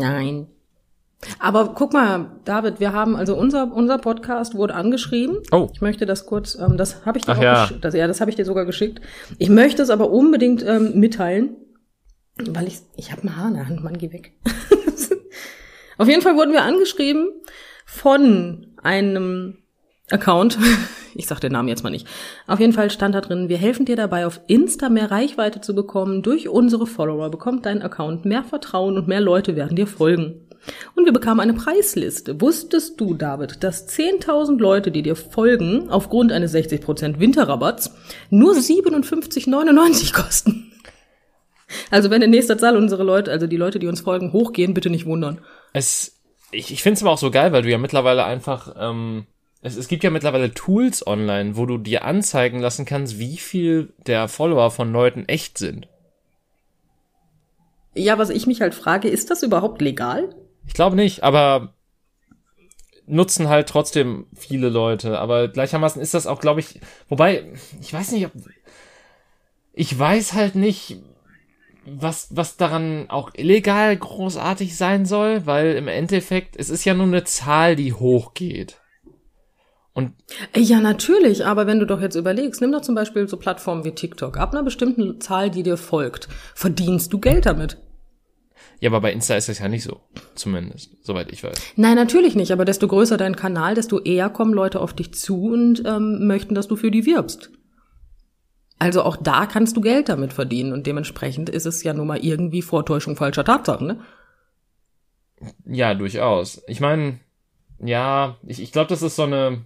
Aber guck mal, David, wir haben, also unser Podcast wurde angeschrieben. Oh. Ich möchte das kurz, das habe ich dir das habe ich dir sogar geschickt. Ich möchte es aber unbedingt mitteilen, weil ich habe ein Haar in der Hand, Mann, geh weg. Auf jeden Fall wurden wir angeschrieben von einem Account. Ich sag den Namen jetzt mal nicht. Auf jeden Fall stand da drin, wir helfen dir dabei, auf Insta mehr Reichweite zu bekommen. Durch unsere Follower bekommt dein Account mehr Vertrauen und mehr Leute werden dir folgen. Und wir bekamen eine Preisliste. Wusstest du, David, dass 10.000 Leute, die dir folgen, aufgrund eines 60% Winterrabatts nur 57,99 kosten? Also wenn in nächster Zahl unsere Leute, also die Leute, die uns folgen, hochgehen, bitte nicht wundern. Ich finde es aber auch so geil, weil du ja mittlerweile einfach, es gibt ja mittlerweile Tools online, wo du dir anzeigen lassen kannst, wie viel der Follower von Leuten echt sind. Ja, was ich mich halt frage, ist das überhaupt legal? Ich glaube nicht, aber nutzen halt trotzdem viele Leute, aber gleichermaßen ist das auch, glaube ich, wobei, ich weiß halt nicht, was daran auch illegal großartig sein soll, weil im Endeffekt, es ist ja nur eine Zahl, die hochgeht. Und ja, natürlich, aber wenn du doch jetzt überlegst, nimm doch zum Beispiel so Plattformen wie TikTok. Ab einer bestimmten Zahl, die dir folgt, verdienst du Geld damit. ja, aber bei Insta ist das ja nicht so, zumindest, soweit ich weiß. Nein, natürlich nicht, aber desto größer dein Kanal, desto eher kommen Leute auf dich zu und möchten, dass du für die wirbst. Also auch da kannst du Geld damit verdienen und dementsprechend ist es ja nun mal irgendwie Vortäuschung falscher Tatsachen, ne? Ja, durchaus. Ich meine, ja, ich glaube, das ist so eine...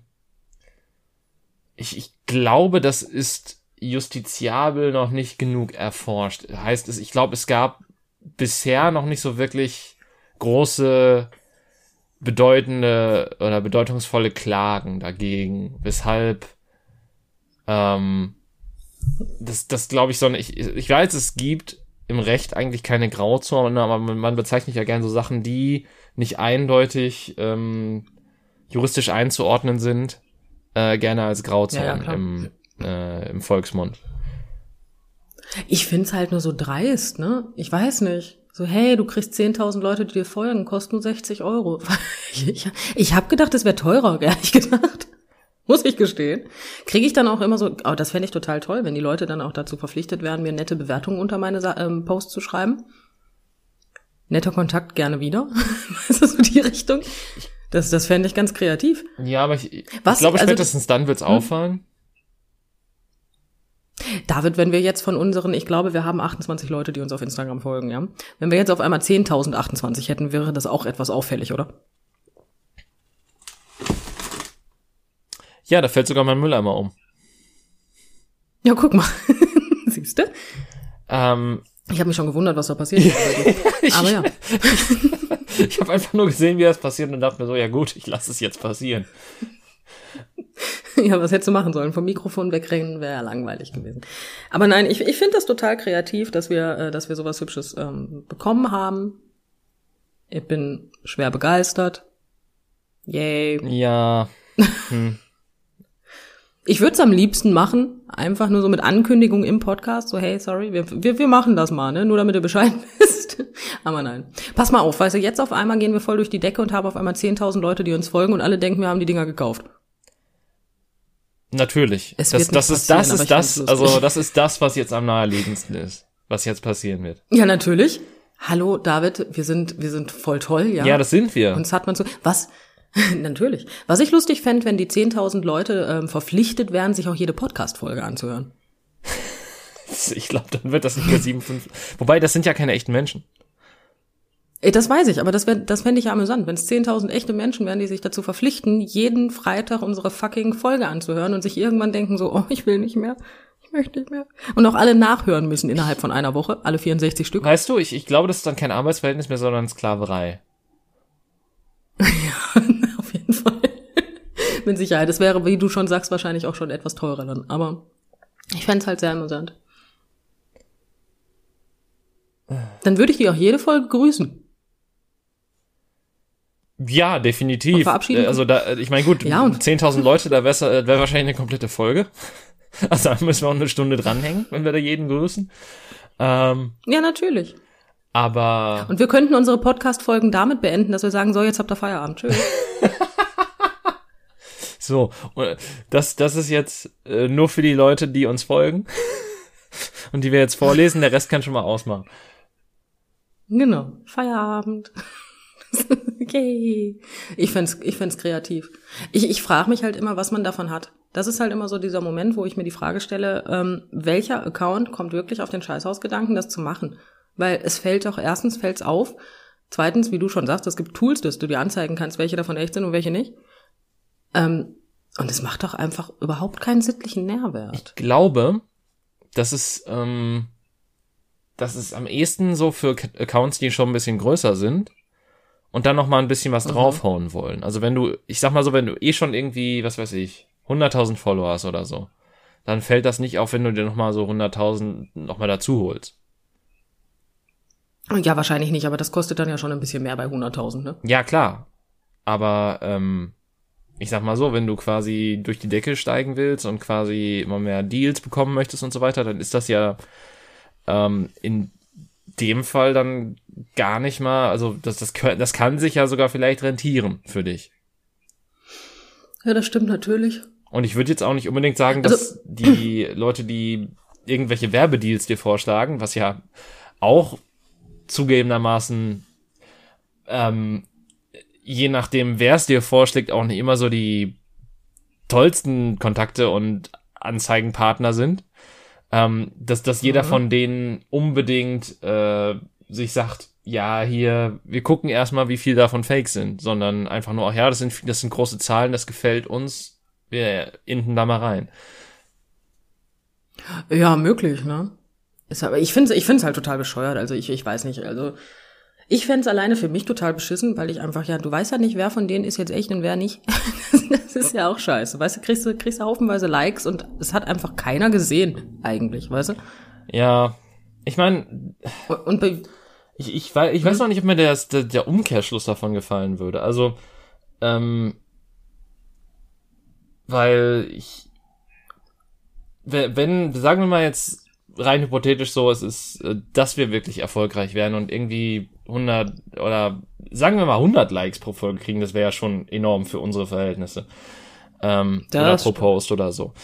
Ich glaube, das ist justiziabel noch nicht genug erforscht. Heißt es, ich glaube, es gab bisher noch nicht so wirklich große, bedeutende oder bedeutungsvolle Klagen dagegen, weshalb das glaube ich, sondern ich weiß, es gibt im Recht eigentlich keine Grauzone, aber man bezeichnet ja gerne so Sachen, die nicht eindeutig juristisch einzuordnen sind, gerne als Grauzonen im Volksmund. Ich find's halt nur so dreist, ne? Ich weiß nicht. So, hey, du kriegst 10.000 Leute, die dir folgen, kosten nur 60 Euro. Ich habe gedacht, es wäre teurer, ehrlich gedacht. Muss ich gestehen. Kriege ich dann auch immer so, das fände ich total toll, wenn die Leute dann auch dazu verpflichtet werden, mir nette Bewertungen unter meine Posts zu schreiben. Netter Kontakt gerne wieder. Ist das so die Richtung? Das fände ich ganz kreativ. Ja, aber ich glaube, spätestens dann wird's auffallen. David, wenn wir jetzt von unseren, ich glaube, wir haben 28 Leute, die uns auf Instagram folgen, ja. Wenn wir jetzt auf einmal 10.028 hätten, wäre das auch etwas auffällig, oder? Ja, da fällt sogar mein Mülleimer um. Ja, guck mal. Siehst du? Ich habe mich schon gewundert, was da passiert ist. Aber ja. Ich habe einfach nur gesehen, wie das passiert und dachte mir so, ja gut, ich lasse es jetzt passieren. Ja, was hättest du machen sollen? Vom Mikrofon wegrennen wäre ja langweilig gewesen. Aber nein, ich finde das total kreativ, dass wir sowas Hübsches bekommen haben. Ich bin schwer begeistert. Yay. Ja. Ich würde es am liebsten machen, einfach nur so mit Ankündigung im Podcast, so hey, sorry, wir machen das mal, ne, nur damit ihr Bescheid wisst. Aber nein. Pass mal auf, weißt du, jetzt auf einmal gehen wir voll durch die Decke und haben auf einmal 10.000 Leute, die uns folgen und alle denken, wir haben die Dinger gekauft. Natürlich. Das ist das, was jetzt am naheliegendsten ist, was jetzt passieren wird. Ja, natürlich. Hallo, David, wir sind voll toll, ja. Ja, das sind wir. Uns hat man so, was? Natürlich. Was ich lustig fände, wenn die 10.000 Leute verpflichtet wären, sich auch jede Podcast-Folge anzuhören. Ich glaube, dann wird das nicht mehr 7,5. Wobei, das sind ja keine echten Menschen. Das weiß ich, aber das fände ich ja amüsant, wenn es 10.000 echte Menschen wären, die sich dazu verpflichten, jeden Freitag unsere fucking Folge anzuhören und sich irgendwann denken so, oh, ich will nicht mehr, ich möchte nicht mehr. Und auch alle nachhören müssen innerhalb von einer Woche, alle 64 Stück. Weißt du, ich glaube, das ist dann kein Arbeitsverhältnis mehr, sondern Sklaverei. Ja, auf jeden Fall. Mit Sicherheit. Es wäre, wie du schon sagst, wahrscheinlich auch schon etwas teurer dann. Aber ich fände es halt sehr amüsant. Dann würde ich die auch jede Folge grüßen. Ja, definitiv. Und verabschieden. Also da, ich meine, gut, ja, 10.000 Leute, da wäre wahrscheinlich eine komplette Folge. Also da müssen wir auch eine Stunde dranhängen, wenn wir da jeden grüßen. Ja, natürlich. Aber... Und wir könnten unsere Podcast-Folgen damit beenden, dass wir sagen, so, jetzt habt ihr Feierabend. Tschüss. So, das ist jetzt nur für die Leute, die uns folgen und die wir jetzt vorlesen. Der Rest kann schon mal ausmachen. Genau, Feierabend. Yay. Ich find's kreativ. Ich frage mich halt immer, was man davon hat. Das ist halt immer so dieser Moment, wo ich mir die Frage stelle, welcher Account kommt wirklich auf den Scheißhausgedanken, das zu machen? Weil es fällt doch, erstens fällt's auf, zweitens, wie du schon sagst, es gibt Tools, dass du dir anzeigen kannst, welche davon echt sind und welche nicht. Und es macht doch einfach überhaupt keinen sittlichen Nährwert. Ich glaube, das ist am ehesten so für Accounts, die schon ein bisschen größer sind und dann noch mal ein bisschen was draufhauen wollen. Also wenn du, ich sag mal so, wenn du schon irgendwie, was weiß ich, 100.000 Follower hast oder so, dann fällt das nicht auf, wenn du dir noch mal so 100.000 noch mal dazu holst. Ja, wahrscheinlich nicht, aber das kostet dann ja schon ein bisschen mehr bei 100.000, ne? Ja, klar. Aber ich sag mal so, wenn du quasi durch die Decke steigen willst und quasi immer mehr Deals bekommen möchtest und so weiter, dann ist das ja in dem Fall dann gar nicht mal, also das kann sich ja sogar vielleicht rentieren für dich. Ja, das stimmt natürlich. Und ich würde jetzt auch nicht unbedingt sagen, dass die Leute, die irgendwelche Werbedeals dir vorschlagen, was ja auch zugegebenermaßen je nachdem, wer es dir vorschlägt, auch nicht immer so die tollsten Kontakte und Anzeigenpartner sind, dass jeder von denen unbedingt sich sagt, ja, hier, wir gucken erstmal, wie viel davon Fake sind, sondern einfach nur, ach ja, das sind große Zahlen, das gefällt uns, wir inden da mal rein. Ja, möglich, ne? Aber ich find's halt total bescheuert, also ich weiß nicht, also ich fänd's alleine für mich total beschissen, weil ich einfach, ja, du weißt ja nicht, wer von denen ist jetzt echt und wer nicht. Das ist ja auch scheiße, weißt du, kriegst du haufenweise Likes und es hat einfach keiner gesehen, eigentlich, weißt du? Ja, ich meine, ich weiß noch nicht, ob mir der Umkehrschluss davon gefallen würde, also, weil wenn, sagen wir mal jetzt rein hypothetisch so, es ist, dass wir wirklich erfolgreich werden und irgendwie 100 oder sagen wir mal 100 Likes pro Folge kriegen, das wäre ja schon enorm für unsere Verhältnisse. Oder pro Post oder so.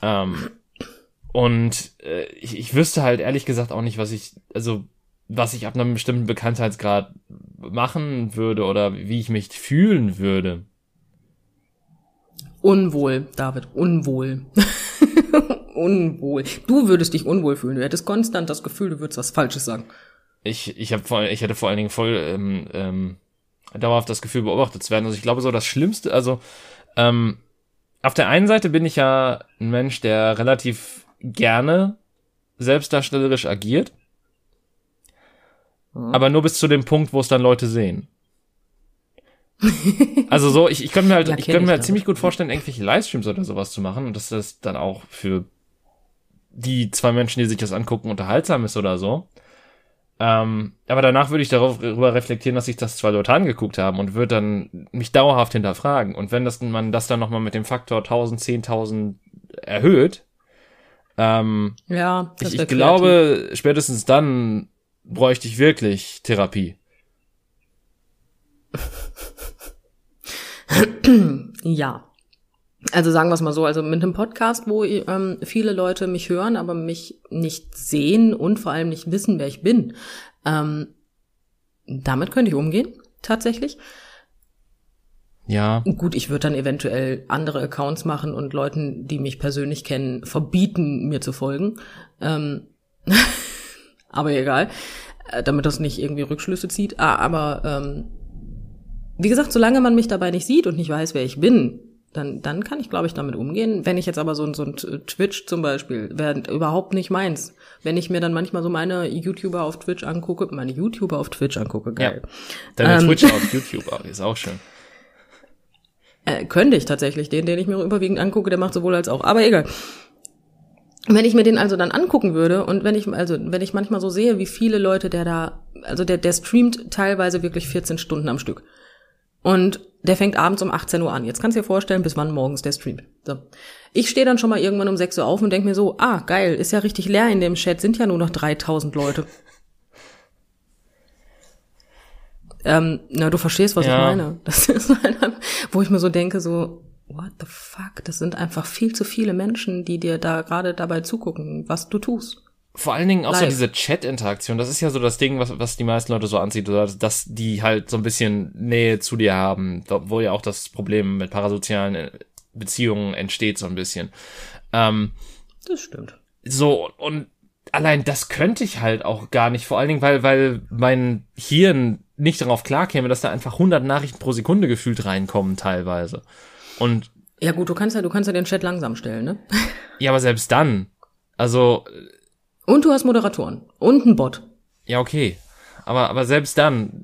Und ich wüsste halt ehrlich gesagt auch nicht, was ich ab einem bestimmten Bekanntheitsgrad machen würde oder wie ich mich fühlen würde. Unwohl, David, unwohl. Unwohl. Du würdest dich unwohl fühlen. Du hättest konstant das Gefühl, du würdest was Falsches sagen. Ich hätte vor allen Dingen voll dauerhaft das Gefühl, beobachtet zu werden. Also ich glaube so das Schlimmste, also auf der einen Seite bin ich ja ein Mensch, der relativ gerne selbstdarstellerisch agiert, aber nur bis zu dem Punkt, wo es dann Leute sehen. Also so, ich könnte mir halt, ich könnte mir halt ziemlich gut vorstellen, irgendwelche Livestreams oder sowas zu machen und dass das dann auch für die 2 Menschen, die sich das angucken, unterhaltsam ist oder so. Aber danach würde ich darüber reflektieren, dass sich das 2 Leute angeguckt haben und würde dann mich dauerhaft hinterfragen. Und wenn man das dann nochmal mit dem Faktor 1000, 10.000 erhöht, ja, ich glaube, spätestens dann bräuchte ich wirklich Therapie. Ja. Also sagen wir es mal so, also mit einem Podcast, wo viele Leute mich hören, aber mich nicht sehen und vor allem nicht wissen, wer ich bin, damit könnte ich umgehen, tatsächlich. Ja. Gut, ich würde dann eventuell andere Accounts machen und Leuten, die mich persönlich kennen, verbieten, mir zu folgen. Aber egal, damit das nicht irgendwie Rückschlüsse zieht. Aber wie gesagt, solange man mich dabei nicht sieht und nicht weiß, wer ich bin, dann kann ich, glaube ich, damit umgehen. Wenn ich jetzt aber so ein Twitch zum Beispiel, wäre überhaupt nicht meins. Wenn ich mir dann manchmal so meine YouTuber auf Twitch angucke, geil. Ja, deine Twitch auf YouTube ist auch schön. Könnte ich tatsächlich, den ich mir überwiegend angucke, der macht sowohl als auch. Aber egal. Wenn ich mir den also dann angucken würde und wenn ich manchmal so sehe, wie viele Leute der streamt teilweise wirklich 14 Stunden am Stück. Und der fängt abends um 18 Uhr an. Jetzt kannst du dir vorstellen, bis wann morgens der streamt. So. Ich stehe dann schon mal irgendwann um 6 Uhr auf und denke mir so, geil, ist ja richtig leer in dem Chat, sind ja nur noch 3000 Leute. Du verstehst, was ich meine. Das ist halt, wo ich mir so denke, so, what the fuck, das sind einfach viel zu viele Menschen, die dir da gerade dabei zugucken, was du tust. Vor allen Dingen auch Live. so diese Chat-Interaktion, das ist ja so das Ding, was die meisten Leute so anzieht, oder dass die halt so ein bisschen Nähe zu dir haben, wo ja auch das Problem mit parasozialen Beziehungen entsteht so ein bisschen. Das stimmt. So, und allein das könnte ich halt auch gar nicht, vor allen Dingen, weil mein Hirn nicht darauf klarkäme, dass da einfach 100 Nachrichten pro Sekunde gefühlt reinkommen teilweise. Und ja gut, du kannst ja den Chat langsam stellen, ne? Ja, aber selbst dann, also und du hast Moderatoren und einen Bot. Ja, okay. Aber selbst dann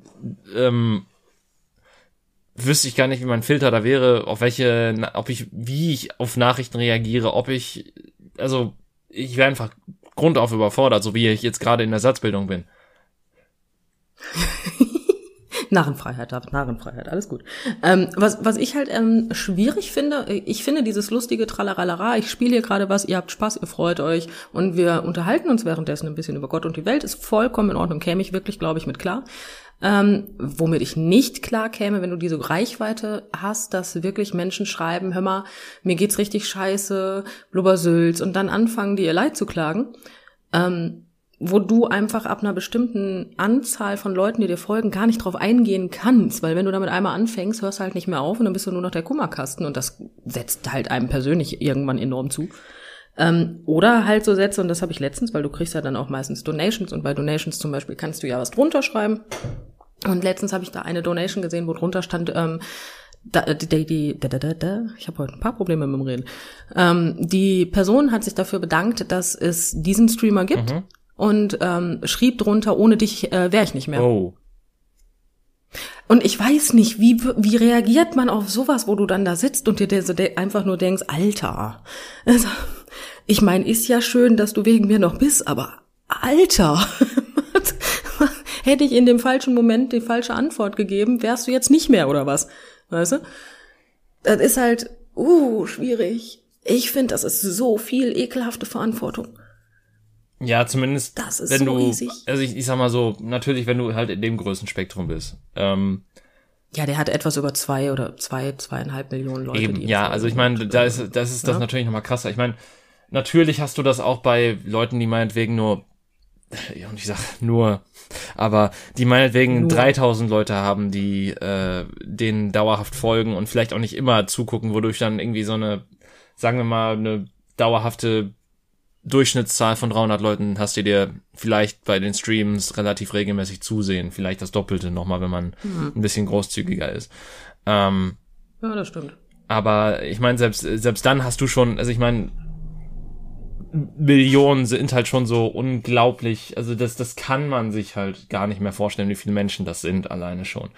wüsste ich gar nicht, wie mein Filter da wäre, wie ich auf Nachrichten reagiere, ich wäre einfach grundauf überfordert, so wie ich jetzt gerade in der Satzbildung bin. Narrenfreiheit, alles gut. Was ich halt schwierig finde, ich finde dieses lustige Tralarala, ich spiele hier gerade was, ihr habt Spaß, ihr freut euch und wir unterhalten uns währenddessen ein bisschen über Gott und die Welt, ist vollkommen in Ordnung, käme ich wirklich, glaube ich, mit klar. Womit ich nicht klar käme, wenn du diese Reichweite hast, dass wirklich Menschen schreiben, hör mal, mir geht's richtig scheiße, Blubbersülz, und dann anfangen, dir ihr Leid zu klagen, wo du einfach ab einer bestimmten Anzahl von Leuten, die dir folgen, gar nicht drauf eingehen kannst, weil wenn du damit einmal anfängst, hörst du halt nicht mehr auf und dann bist du nur noch der Kummerkasten und das setzt halt einem persönlich irgendwann enorm zu. Oder halt so Sätze, und das habe ich letztens, weil du kriegst ja dann auch meistens Donations und bei Donations zum Beispiel kannst du ja was drunter schreiben. Und letztens habe ich da eine Donation gesehen, wo drunter stand, ich habe heute ein paar Probleme mit dem Reden. Die Person hat sich dafür bedankt, dass es diesen Streamer gibt und schrieb drunter, ohne dich wäre ich nicht mehr. Oh. Und ich weiß nicht, wie reagiert man auf sowas, wo du dann da sitzt und dir einfach nur denkst, Alter, also, ich meine, ist ja schön, dass du wegen mir noch bist, aber Alter, hätte ich in dem falschen Moment die falsche Antwort gegeben, wärst du jetzt nicht mehr oder was, weißt du? Das ist halt, schwierig. Ich finde, das ist so viel ekelhafte Verantwortung. Ja, zumindest, das ist wenn so du, riesig. also ich sag mal so, natürlich, wenn du halt in dem Größenspektrum bist. Ja, der hat etwas über 2,5 Millionen Leute. Eben, die ja, also ich meine, das natürlich nochmal krasser. Ich meine, natürlich hast du das auch bei Leuten, die meinetwegen nur, und ich sag nur, aber die meinetwegen 3000 Leute haben, die denen dauerhaft folgen und vielleicht auch nicht immer zugucken, wodurch dann irgendwie so eine, sagen wir mal, eine dauerhafte Durchschnittszahl von 300 Leuten hast, die dir vielleicht bei den Streams relativ regelmäßig zusehen. Vielleicht das Doppelte nochmal, wenn man ein bisschen großzügiger ist. Ja, das stimmt. Aber ich meine, selbst dann hast du schon, also ich meine, Millionen sind halt schon so unglaublich, also das kann man sich halt gar nicht mehr vorstellen, wie viele Menschen das sind, alleine schon.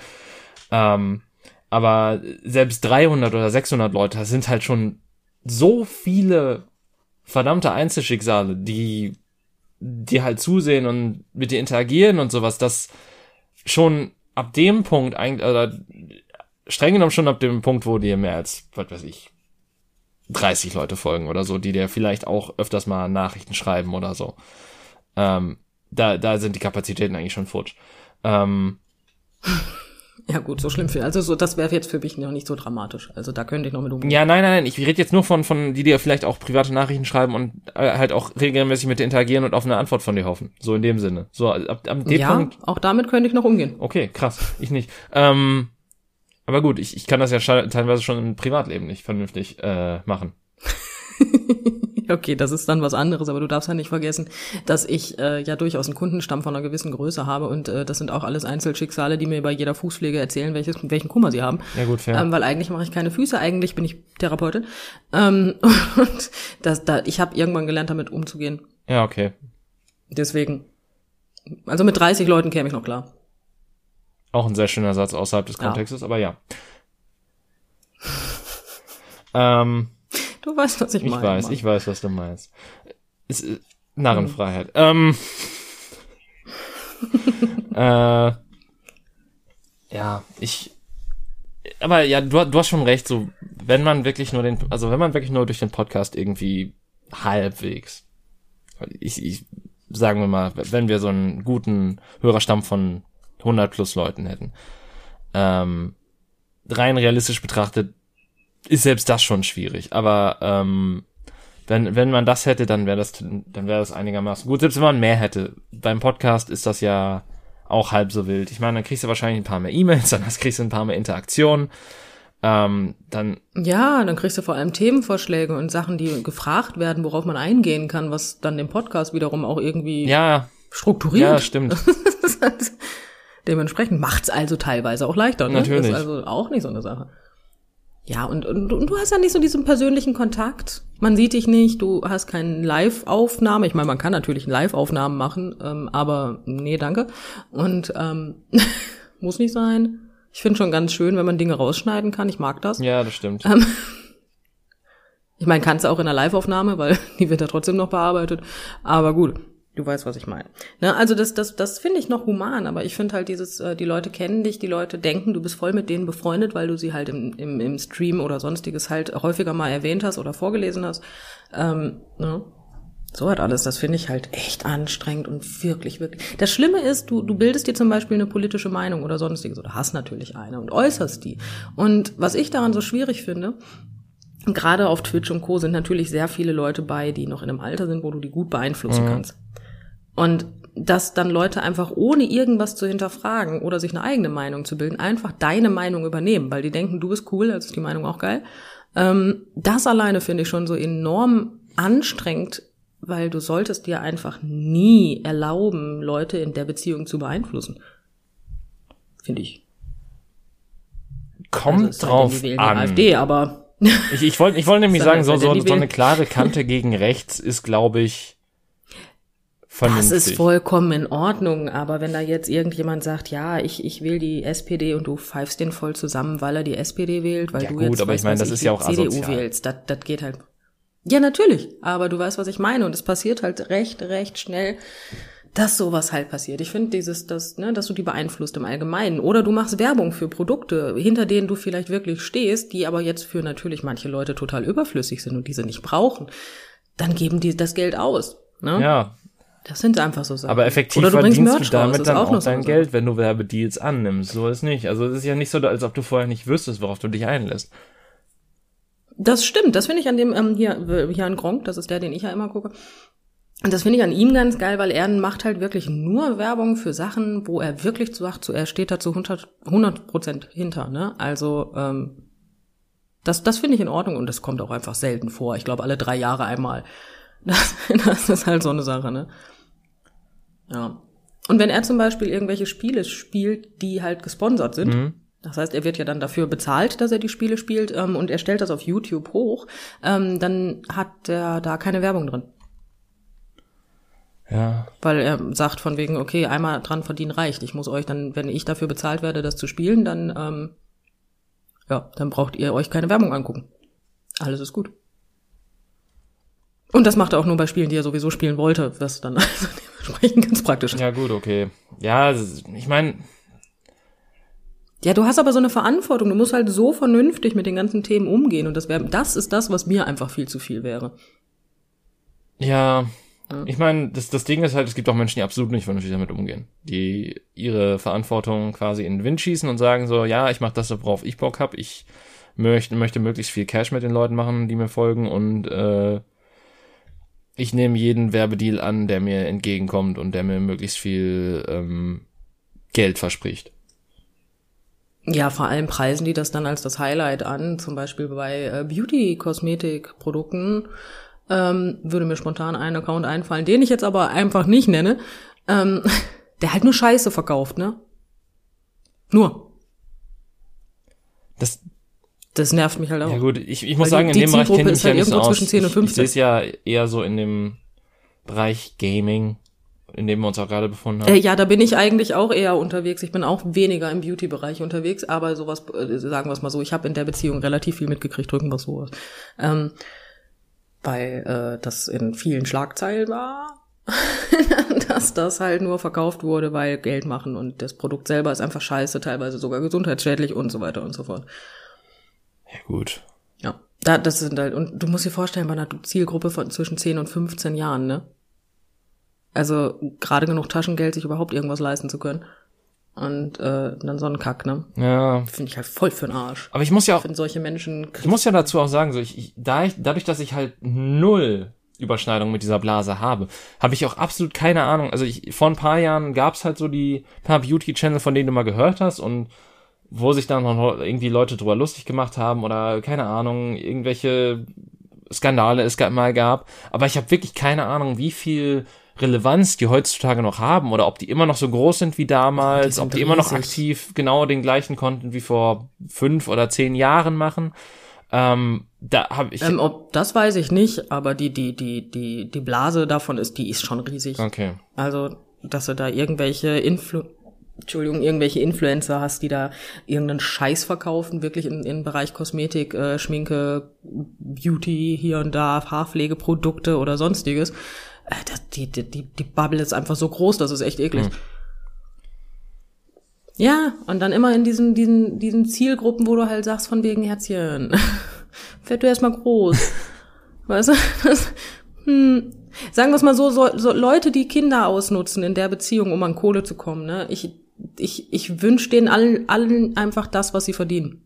Aber selbst 300 oder 600 Leute, das sind halt schon so viele verdammte Einzelschicksale, die halt zusehen und mit dir interagieren und sowas, das schon ab dem Punkt eigentlich, oder streng genommen schon ab dem Punkt, wo dir mehr als, was weiß ich, 30 Leute folgen oder so, die dir vielleicht auch öfters mal Nachrichten schreiben oder so. Da sind die Kapazitäten eigentlich schon futsch. Ja gut, so schlimm also so, das wäre jetzt für mich noch nicht so dramatisch. Also da könnte ich noch mit umgehen. Ja, nein, ich rede jetzt nur von die dir vielleicht auch private Nachrichten schreiben und halt auch regelmäßig mit dir interagieren und auf eine Antwort von dir hoffen. So in dem Sinne. So ab dem Punkt. Auch damit könnte ich noch umgehen. Okay, krass. Ich nicht. Aber gut, ich kann das ja teilweise schon im Privatleben nicht vernünftig machen. Okay, das ist dann was anderes, aber du darfst ja nicht vergessen, dass ich ja durchaus einen Kundenstamm von einer gewissen Größe habe und das sind auch alles Einzelschicksale, die mir bei jeder Fußpflege erzählen, welchen Kummer sie haben. Ja gut, fair. Weil eigentlich mache ich keine Füße, eigentlich bin ich Therapeutin. Und ich habe irgendwann gelernt, damit umzugehen. Ja, okay. Deswegen, also mit 30 Leuten käme ich noch klar. Auch ein sehr schöner Satz außerhalb des Kontextes, aber ja. Du weißt, was ich meine. Ich weiß, was du meinst. Narrenfreiheit. Ja, aber ja, du hast schon recht, so, wenn man wirklich nur durch den Podcast irgendwie halbwegs, sagen wir mal, wenn wir so einen guten Hörerstamm von 100 plus Leuten hätten, rein realistisch betrachtet, ist selbst das schon schwierig, aber wenn man das hätte, dann wäre das einigermaßen gut. Selbst wenn man mehr hätte. Beim Podcast ist das ja auch halb so wild. Ich meine, dann kriegst du wahrscheinlich ein paar mehr E-Mails, dann kriegst du ein paar mehr Interaktionen. Dann kriegst du vor allem Themenvorschläge und Sachen, die gefragt werden, worauf man eingehen kann, was dann den Podcast wiederum auch irgendwie strukturiert. Ja, stimmt. Dementsprechend macht's also teilweise auch leichter. Ne? Natürlich. Das ist also auch nicht so eine Sache. Ja, und du hast ja nicht so diesen persönlichen Kontakt. Man sieht dich nicht, du hast keine Live-Aufnahme. Ich meine, man kann natürlich Live-Aufnahmen machen, aber nee, danke. Und muss nicht sein. Ich finde schon ganz schön, wenn man Dinge rausschneiden kann. Ich mag das. Ja, das stimmt. Ich meine, kannst du auch in einer Live-Aufnahme, weil die wird ja trotzdem noch bearbeitet. Aber gut. Du weißt, was ich meine. Ne, also das finde ich noch human, aber ich finde halt die Leute kennen dich, die Leute denken, du bist voll mit denen befreundet, weil du sie halt im Stream oder sonstiges halt häufiger mal erwähnt hast oder vorgelesen hast. Ne? So hat alles, das finde ich halt echt anstrengend und wirklich, wirklich. Das Schlimme ist, du bildest dir zum Beispiel eine politische Meinung oder sonstiges oder hast natürlich eine und äußerst die. Und was ich daran so schwierig finde, gerade auf Twitch und Co. sind natürlich sehr viele Leute bei, die noch in einem Alter sind, wo du die gut beeinflussen kannst. Und dass dann Leute einfach ohne irgendwas zu hinterfragen oder sich eine eigene Meinung zu bilden, einfach deine Meinung übernehmen, weil die denken, du bist cool, also ist die Meinung auch geil. Das alleine finde ich schon so enorm anstrengend, weil du solltest dir einfach nie erlauben, Leute in der Beziehung zu beeinflussen. Finde ich. Kommt also drauf an. AfD, aber ich wollte nämlich sagen, so eine klare Kante gegen rechts ist, glaube ich, vernünftig. Das ist vollkommen in Ordnung, aber wenn da jetzt irgendjemand sagt, ja, ich wähle die SPD und du pfeifst den voll zusammen, weil er die SPD wählt, weil ja, du gut, jetzt aber ich meine, das ist ja auch CDU asozial. wählst, das geht halt. Ja, natürlich, aber du weißt, was ich meine und es passiert halt recht schnell, dass sowas halt passiert. Ich finde dass du die beeinflusst im Allgemeinen oder du machst Werbung für Produkte, hinter denen du vielleicht wirklich stehst, die aber jetzt für natürlich manche Leute total überflüssig sind und diese nicht brauchen, dann geben die das Geld aus, ne? Ja. Das sind einfach so Sachen. Aber effektiv verdienst du damit dann auch dein Geld, wenn du Werbedeals annimmst. So ist nicht. Also es ist ja nicht so, als ob du vorher nicht wüsstest, worauf du dich einlässt. Das stimmt. Das finde ich an dem hier an Gronkh, das ist der, den ich ja immer gucke. Und das finde ich an ihm ganz geil, weil er macht halt wirklich nur Werbung für Sachen, wo er wirklich sagt, er steht da zu 100% hinter. Ne? Also das finde ich in Ordnung und das kommt auch einfach selten vor. Ich glaube, alle 3 Jahre einmal. Das ist halt so eine Sache, ne? Ja. Und wenn er zum Beispiel irgendwelche Spiele spielt, die halt gesponsert sind, das heißt, er wird ja dann dafür bezahlt, dass er die Spiele spielt, und er stellt das auf YouTube hoch, dann hat er da keine Werbung drin. Ja. Weil er sagt von wegen, okay, einmal dran verdienen reicht. Ich muss euch dann, wenn ich dafür bezahlt werde, das zu spielen, dann braucht ihr euch keine Werbung angucken. Alles ist gut. Und das macht er auch nur bei Spielen, die er sowieso spielen wollte, was dann also dementsprechend ganz praktisch ist. Ja gut, okay. Ja, ich meine... Ja, du hast aber so eine Verantwortung. Du musst halt so vernünftig mit den ganzen Themen umgehen. Und das ist das, was mir einfach viel zu viel wäre. Ja, ich meine, das Ding ist halt, es gibt auch Menschen, die absolut nicht vernünftig damit umgehen. Die ihre Verantwortung quasi in den Wind schießen und sagen so, ja, ich mache das, worauf ich Bock hab. Ich möchte möglichst viel Cash mit den Leuten machen, die mir folgen und ich nehme jeden Werbedeal an, der mir entgegenkommt und der mir möglichst viel Geld verspricht. Ja, vor allem preisen die das dann als das Highlight an, zum Beispiel bei Beauty-Kosmetik-Produkten. Würde mir spontan einen Account einfallen, den ich jetzt aber einfach nicht nenne, der halt nur Scheiße verkauft, ne? Nur. Das nervt mich halt auch. Ja gut, ich muss sagen, in dem Bereich kenne ich mich ja nicht so aus. Ich sehe es ja eher so in dem Bereich Gaming, in dem wir uns auch gerade befunden haben. Ja, da bin ich eigentlich auch eher unterwegs. Ich bin auch weniger im Beauty-Bereich unterwegs, aber sowas, sagen wir es mal so, ich habe in der Beziehung relativ viel mitgekriegt, drücken wir sowas. Weil das in vielen Schlagzeilen war, dass das halt nur verkauft wurde, weil Geld machen und das Produkt selber ist einfach scheiße, teilweise sogar gesundheitsschädlich und so weiter und so fort. Ja, gut. Ja, das sind halt, und du musst dir vorstellen, bei einer Zielgruppe von zwischen 10 und 15 Jahren, ne? Also gerade genug Taschengeld, sich überhaupt irgendwas leisten zu können. Und dann so ein Kack, ne? Ja. Finde ich halt voll für den Arsch. Aber ich muss ja auch, ich solche Menschen, ich muss ja dazu auch sagen, so dadurch, dass ich halt 0 Überschneidung mit dieser Blase habe ich auch absolut keine Ahnung. Also vor ein paar Jahren gab's halt so die paar Beauty-Channel, von denen du mal gehört hast und wo sich dann noch irgendwie Leute drüber lustig gemacht haben oder keine Ahnung, irgendwelche Skandale es mal gab. Aber ich habe wirklich keine Ahnung, wie viel Relevanz die heutzutage noch haben oder ob die immer noch so groß sind wie damals, ob die immer noch aktiv genau den gleichen Content wie vor 5 oder 10 Jahren machen. Da habe ich das weiß ich nicht, aber die Blase davon die ist schon riesig. Okay. Also, dass sie da irgendwelche irgendwelche Influencer hast, die da irgendeinen Scheiß verkaufen, wirklich im Bereich Kosmetik, Schminke, Beauty, hier und da, Haarpflegeprodukte oder sonstiges. Die Bubble ist einfach so groß, das ist echt eklig. Ja, und dann immer in diesen Zielgruppen, wo du halt sagst, von wegen Herzchen, werd du erstmal groß. Weißt du? Sagen wir es mal so Leute, die Kinder ausnutzen in der Beziehung, um an Kohle zu kommen, ne? Ich wünsche denen allen einfach das, was sie verdienen.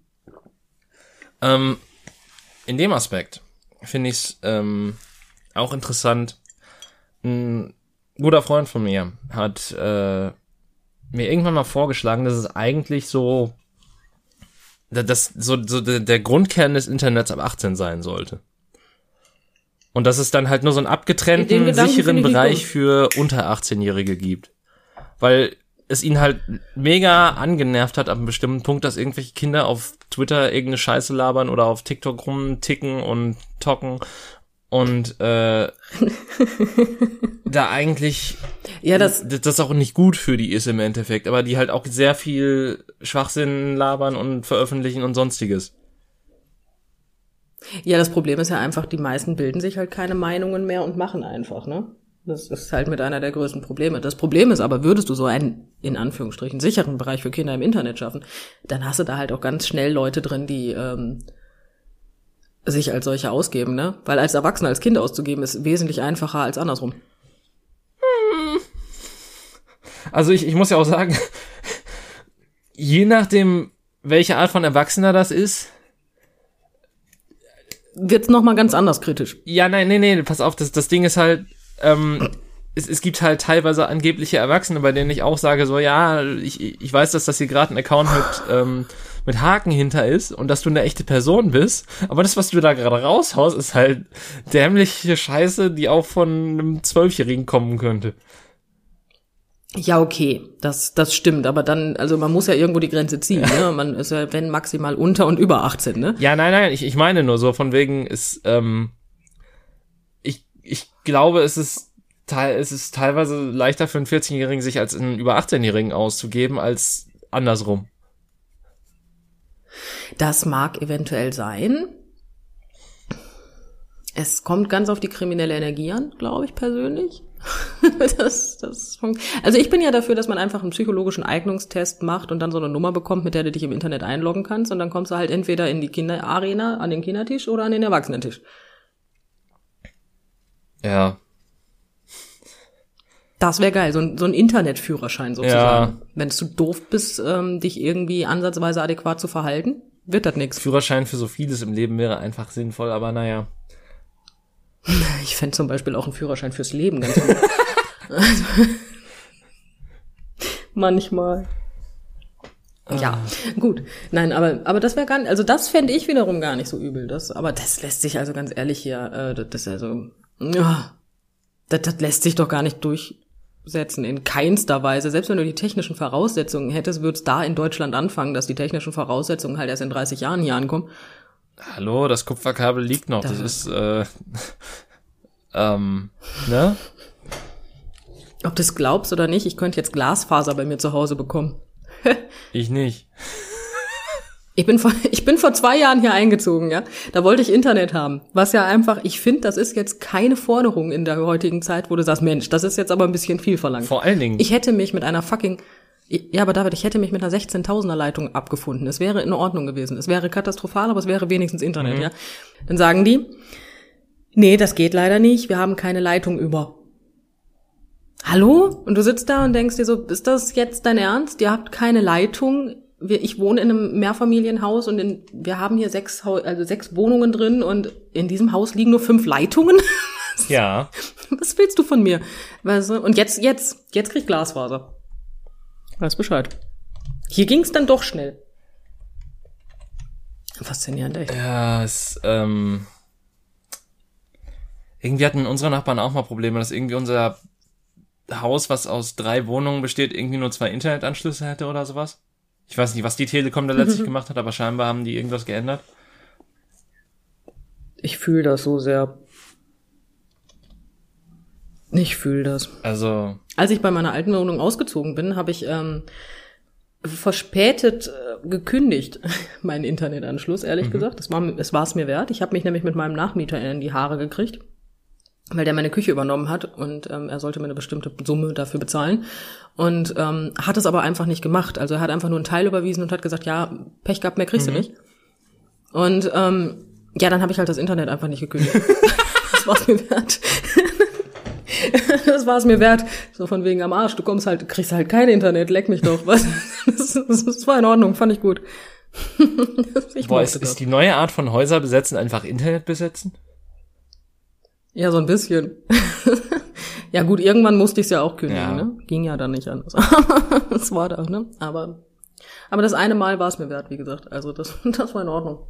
In dem Aspekt finde ich es auch interessant. Ein guter Freund von mir hat mir irgendwann mal vorgeschlagen, dass es eigentlich so der Grundkern des Internets ab 18 sein sollte. Und dass es dann halt nur so einen abgetrennten, sicheren Bereich für unter 18-Jährige gibt. Weil es ihn halt mega angenervt hat ab einem bestimmten Punkt, dass irgendwelche Kinder auf Twitter irgendeine Scheiße labern oder auf TikTok rumticken und tocken und da eigentlich das auch nicht gut für die ist im Endeffekt, aber die halt auch sehr viel Schwachsinn labern und veröffentlichen und sonstiges. Ja, das Problem ist ja einfach, die meisten bilden sich halt keine Meinungen mehr und machen einfach, ne? Das ist halt mit einer der größten Probleme. Das Problem ist aber, würdest du so einen, in Anführungsstrichen, sicheren Bereich für Kinder im Internet schaffen, dann hast du da halt auch ganz schnell Leute drin, die sich als solche ausgeben, ne? Weil als Erwachsener als Kind auszugeben, ist wesentlich einfacher als andersrum. Also ich muss ja auch sagen, je nachdem, welche Art von Erwachsener das ist, wird's noch mal ganz anders kritisch. Ja, nee, pass auf, das Ding ist halt, es gibt halt teilweise angebliche Erwachsene, bei denen ich auch sage, so, ja, ich weiß, dass das hier gerade ein Account mit Haken hinter ist und dass du eine echte Person bist, aber das, was du da gerade raushaust, ist halt dämliche Scheiße, die auch von einem 12-Jährigen kommen könnte. Ja, okay, das stimmt, aber dann, also man muss ja irgendwo die Grenze ziehen, ne? Man ist ja, wenn maximal unter und über 18, ne? Ja, nein, ich meine nur so, von wegen ist, ich glaube, es ist teilweise leichter für einen 14-Jährigen, sich als einen über 18-Jährigen auszugeben, als andersrum. Das mag eventuell sein. Es kommt ganz auf die kriminelle Energie an, glaube ich persönlich. Also ich bin ja dafür, dass man einfach einen psychologischen Eignungstest macht und dann so eine Nummer bekommt, mit der du dich im Internet einloggen kannst und dann kommst du halt entweder in die Kinderarena, an den Kindertisch oder an den Erwachsenentisch. Ja. Das wäre geil, so ein Internetführerschein sozusagen. Ja. Wenn du doof bist, dich irgendwie ansatzweise adäquat zu verhalten, wird das nix. Führerschein für so vieles im Leben wäre einfach sinnvoll, aber naja. Ich fände zum Beispiel auch einen Führerschein fürs Leben ganz gut. Also, manchmal. Ja, gut. Nein, aber das wäre gar nicht, also das fände ich wiederum gar nicht so übel. Aber das lässt sich also ganz ehrlich hier, das lässt sich doch gar nicht durchsetzen, in keinster Weise. Selbst wenn du die technischen Voraussetzungen hättest, würde es da in Deutschland anfangen, dass die technischen Voraussetzungen halt erst in 30 Jahren hier ankommen. Hallo, das Kupferkabel liegt noch. Das ist, ne? Ob du es glaubst oder nicht, ich könnte jetzt Glasfaser bei mir zu Hause bekommen. Ich nicht. Ich bin vor 2 Jahren hier eingezogen, ja. Da wollte ich Internet haben. Was ja einfach, ich finde, das ist jetzt keine Forderung in der heutigen Zeit, wo du sagst, Mensch, das ist jetzt aber ein bisschen viel verlangt. Vor allen Dingen. Ich hätte mich mit einer ja, aber David, ich hätte mich mit einer 16.000er Leitung abgefunden. Es wäre in Ordnung gewesen. Es wäre katastrophal, aber es wäre wenigstens Internet, ja. Dann sagen die, nee, das geht leider nicht. Wir haben keine Leitung über. Hallo? Und du sitzt da und denkst dir so, ist das jetzt dein Ernst? Ihr habt keine Leitung. Ich wohne in einem Mehrfamilienhaus und wir haben hier 6 Wohnungen drin und in diesem Haus liegen nur 5 Leitungen. Ja. Was willst du von mir? Weißt du? Und jetzt krieg ich Glasfaser. Weiß Bescheid. Hier ging's dann doch schnell. Faszinierend, echt. Ja, irgendwie hatten unsere Nachbarn auch mal Probleme, dass irgendwie unser Haus, was aus 3 Wohnungen besteht, irgendwie nur 2 Internetanschlüsse hätte oder sowas. Ich weiß nicht, was die Telekom da letztlich gemacht hat, aber scheinbar haben die irgendwas geändert. Ich fühle das so sehr. Ich fühle das. Also. Als ich bei meiner alten Wohnung ausgezogen bin, habe ich verspätet gekündigt, meinen Internetanschluss, ehrlich gesagt. Es war es mir wert. Ich habe mich nämlich mit meinem Nachmieter in die Haare gekriegt, weil der meine Küche übernommen hat und er sollte mir eine bestimmte Summe dafür bezahlen und hat es aber einfach nicht gemacht. Also er hat einfach nur einen Teil überwiesen und hat gesagt, ja, Pech gehabt, mehr kriegst du nicht. Und ja, dann habe ich halt das Internet einfach nicht gekündigt. Das war es mir wert. Das war es mir wert. So von wegen am Arsch, kriegst halt kein Internet, leck mich doch. Was? Das war in Ordnung, fand ich gut. Ist die neue Art von Häuser besetzen einfach Internet besetzen? Ja, so ein bisschen. Ja gut, irgendwann musste ich es ja auch kündigen, ne? Ging ja dann nicht anders. Das war da, ne? Aber das eine Mal war es mir wert, wie gesagt. Also das war in Ordnung.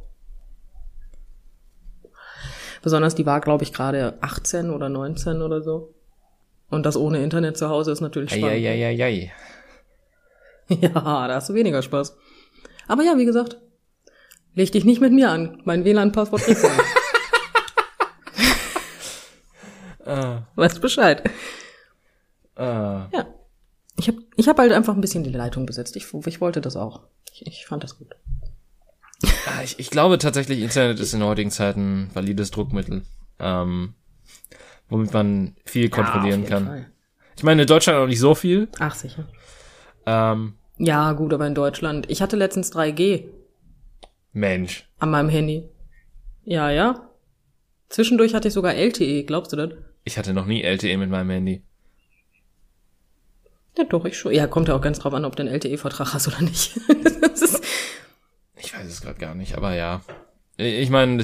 Besonders die war, glaube ich, gerade 18 oder 19 oder so. Und das ohne Internet zu Hause ist natürlich spannend. Ja, da hast du weniger Spaß. Aber ja, wie gesagt, leg dich nicht mit mir an. Mein WLAN-Passwort kriegst du nicht. Weißt Bescheid. Ja. Ich hab halt einfach ein bisschen die Leitung besetzt. Ich wollte das auch. Ich fand das gut. Ich glaube tatsächlich, Internet ist in heutigen Zeiten ein valides Druckmittel, womit man viel kontrollieren kann. Fall. Ich meine, in Deutschland auch nicht so viel. Ach, sicher. Ja, gut, aber in Deutschland. Ich hatte letztens 3G. Mensch. An meinem Handy. Ja. Zwischendurch hatte ich sogar LTE, glaubst du das? Ich hatte noch nie LTE mit meinem Handy. Ja, doch, ich schon. Ja, kommt ja auch ganz drauf an, ob du einen LTE-Vertrag hast oder nicht. Ich weiß es gerade gar nicht, aber ja. Ich meine,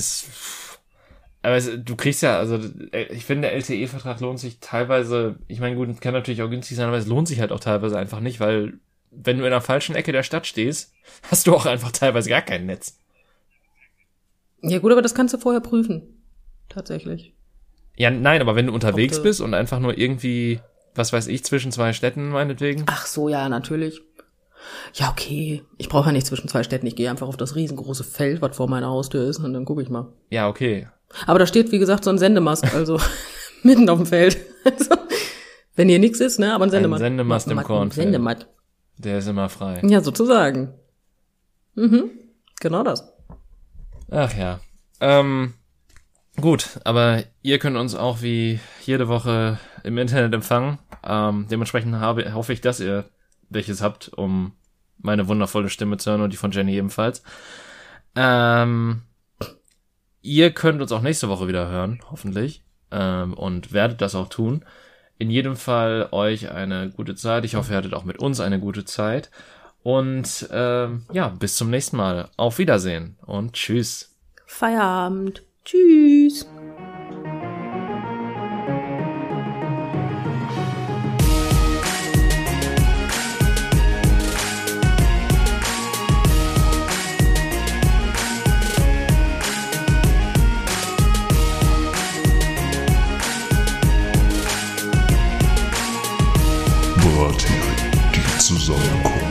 du kriegst ja, also ich finde, der LTE-Vertrag lohnt sich teilweise, ich meine, gut, kann natürlich auch günstig sein, aber es lohnt sich halt auch teilweise einfach nicht, weil wenn du in der falschen Ecke der Stadt stehst, hast du auch einfach teilweise gar kein Netz. Ja gut, aber das kannst du vorher prüfen. Tatsächlich. Ja, nein, aber wenn du unterwegs bist und einfach nur irgendwie, was weiß ich, zwischen zwei Städten meinetwegen. Ach so, ja, natürlich. Ja, okay. Ich brauche ja nicht zwischen zwei Städten. Ich gehe einfach auf das riesengroße Feld, was vor meiner Haustür ist, und dann gucke ich mal. Ja, okay. Aber da steht, wie gesagt, so ein Sendemast, also mitten auf dem Feld. Also, wenn hier nichts ist, ne, aber ein Sendemast. Ein Sendemast im Kornfeld. Sendemast. Der ist immer frei. Ja, sozusagen. Genau das. Ach ja. Gut, aber ihr könnt uns auch wie jede Woche im Internet empfangen. Dementsprechend hoffe ich, dass ihr welches habt, um meine wundervolle Stimme zu hören und die von Jenny ebenfalls. Ihr könnt uns auch nächste Woche wieder hören, hoffentlich, und werdet das auch tun. In jedem Fall euch eine gute Zeit. Ich hoffe, ihr hattet auch mit uns eine gute Zeit. Und ja, bis zum nächsten Mal. Auf Wiedersehen und tschüss. Feierabend. Tschüss. Brathering, die Zusammenkunft.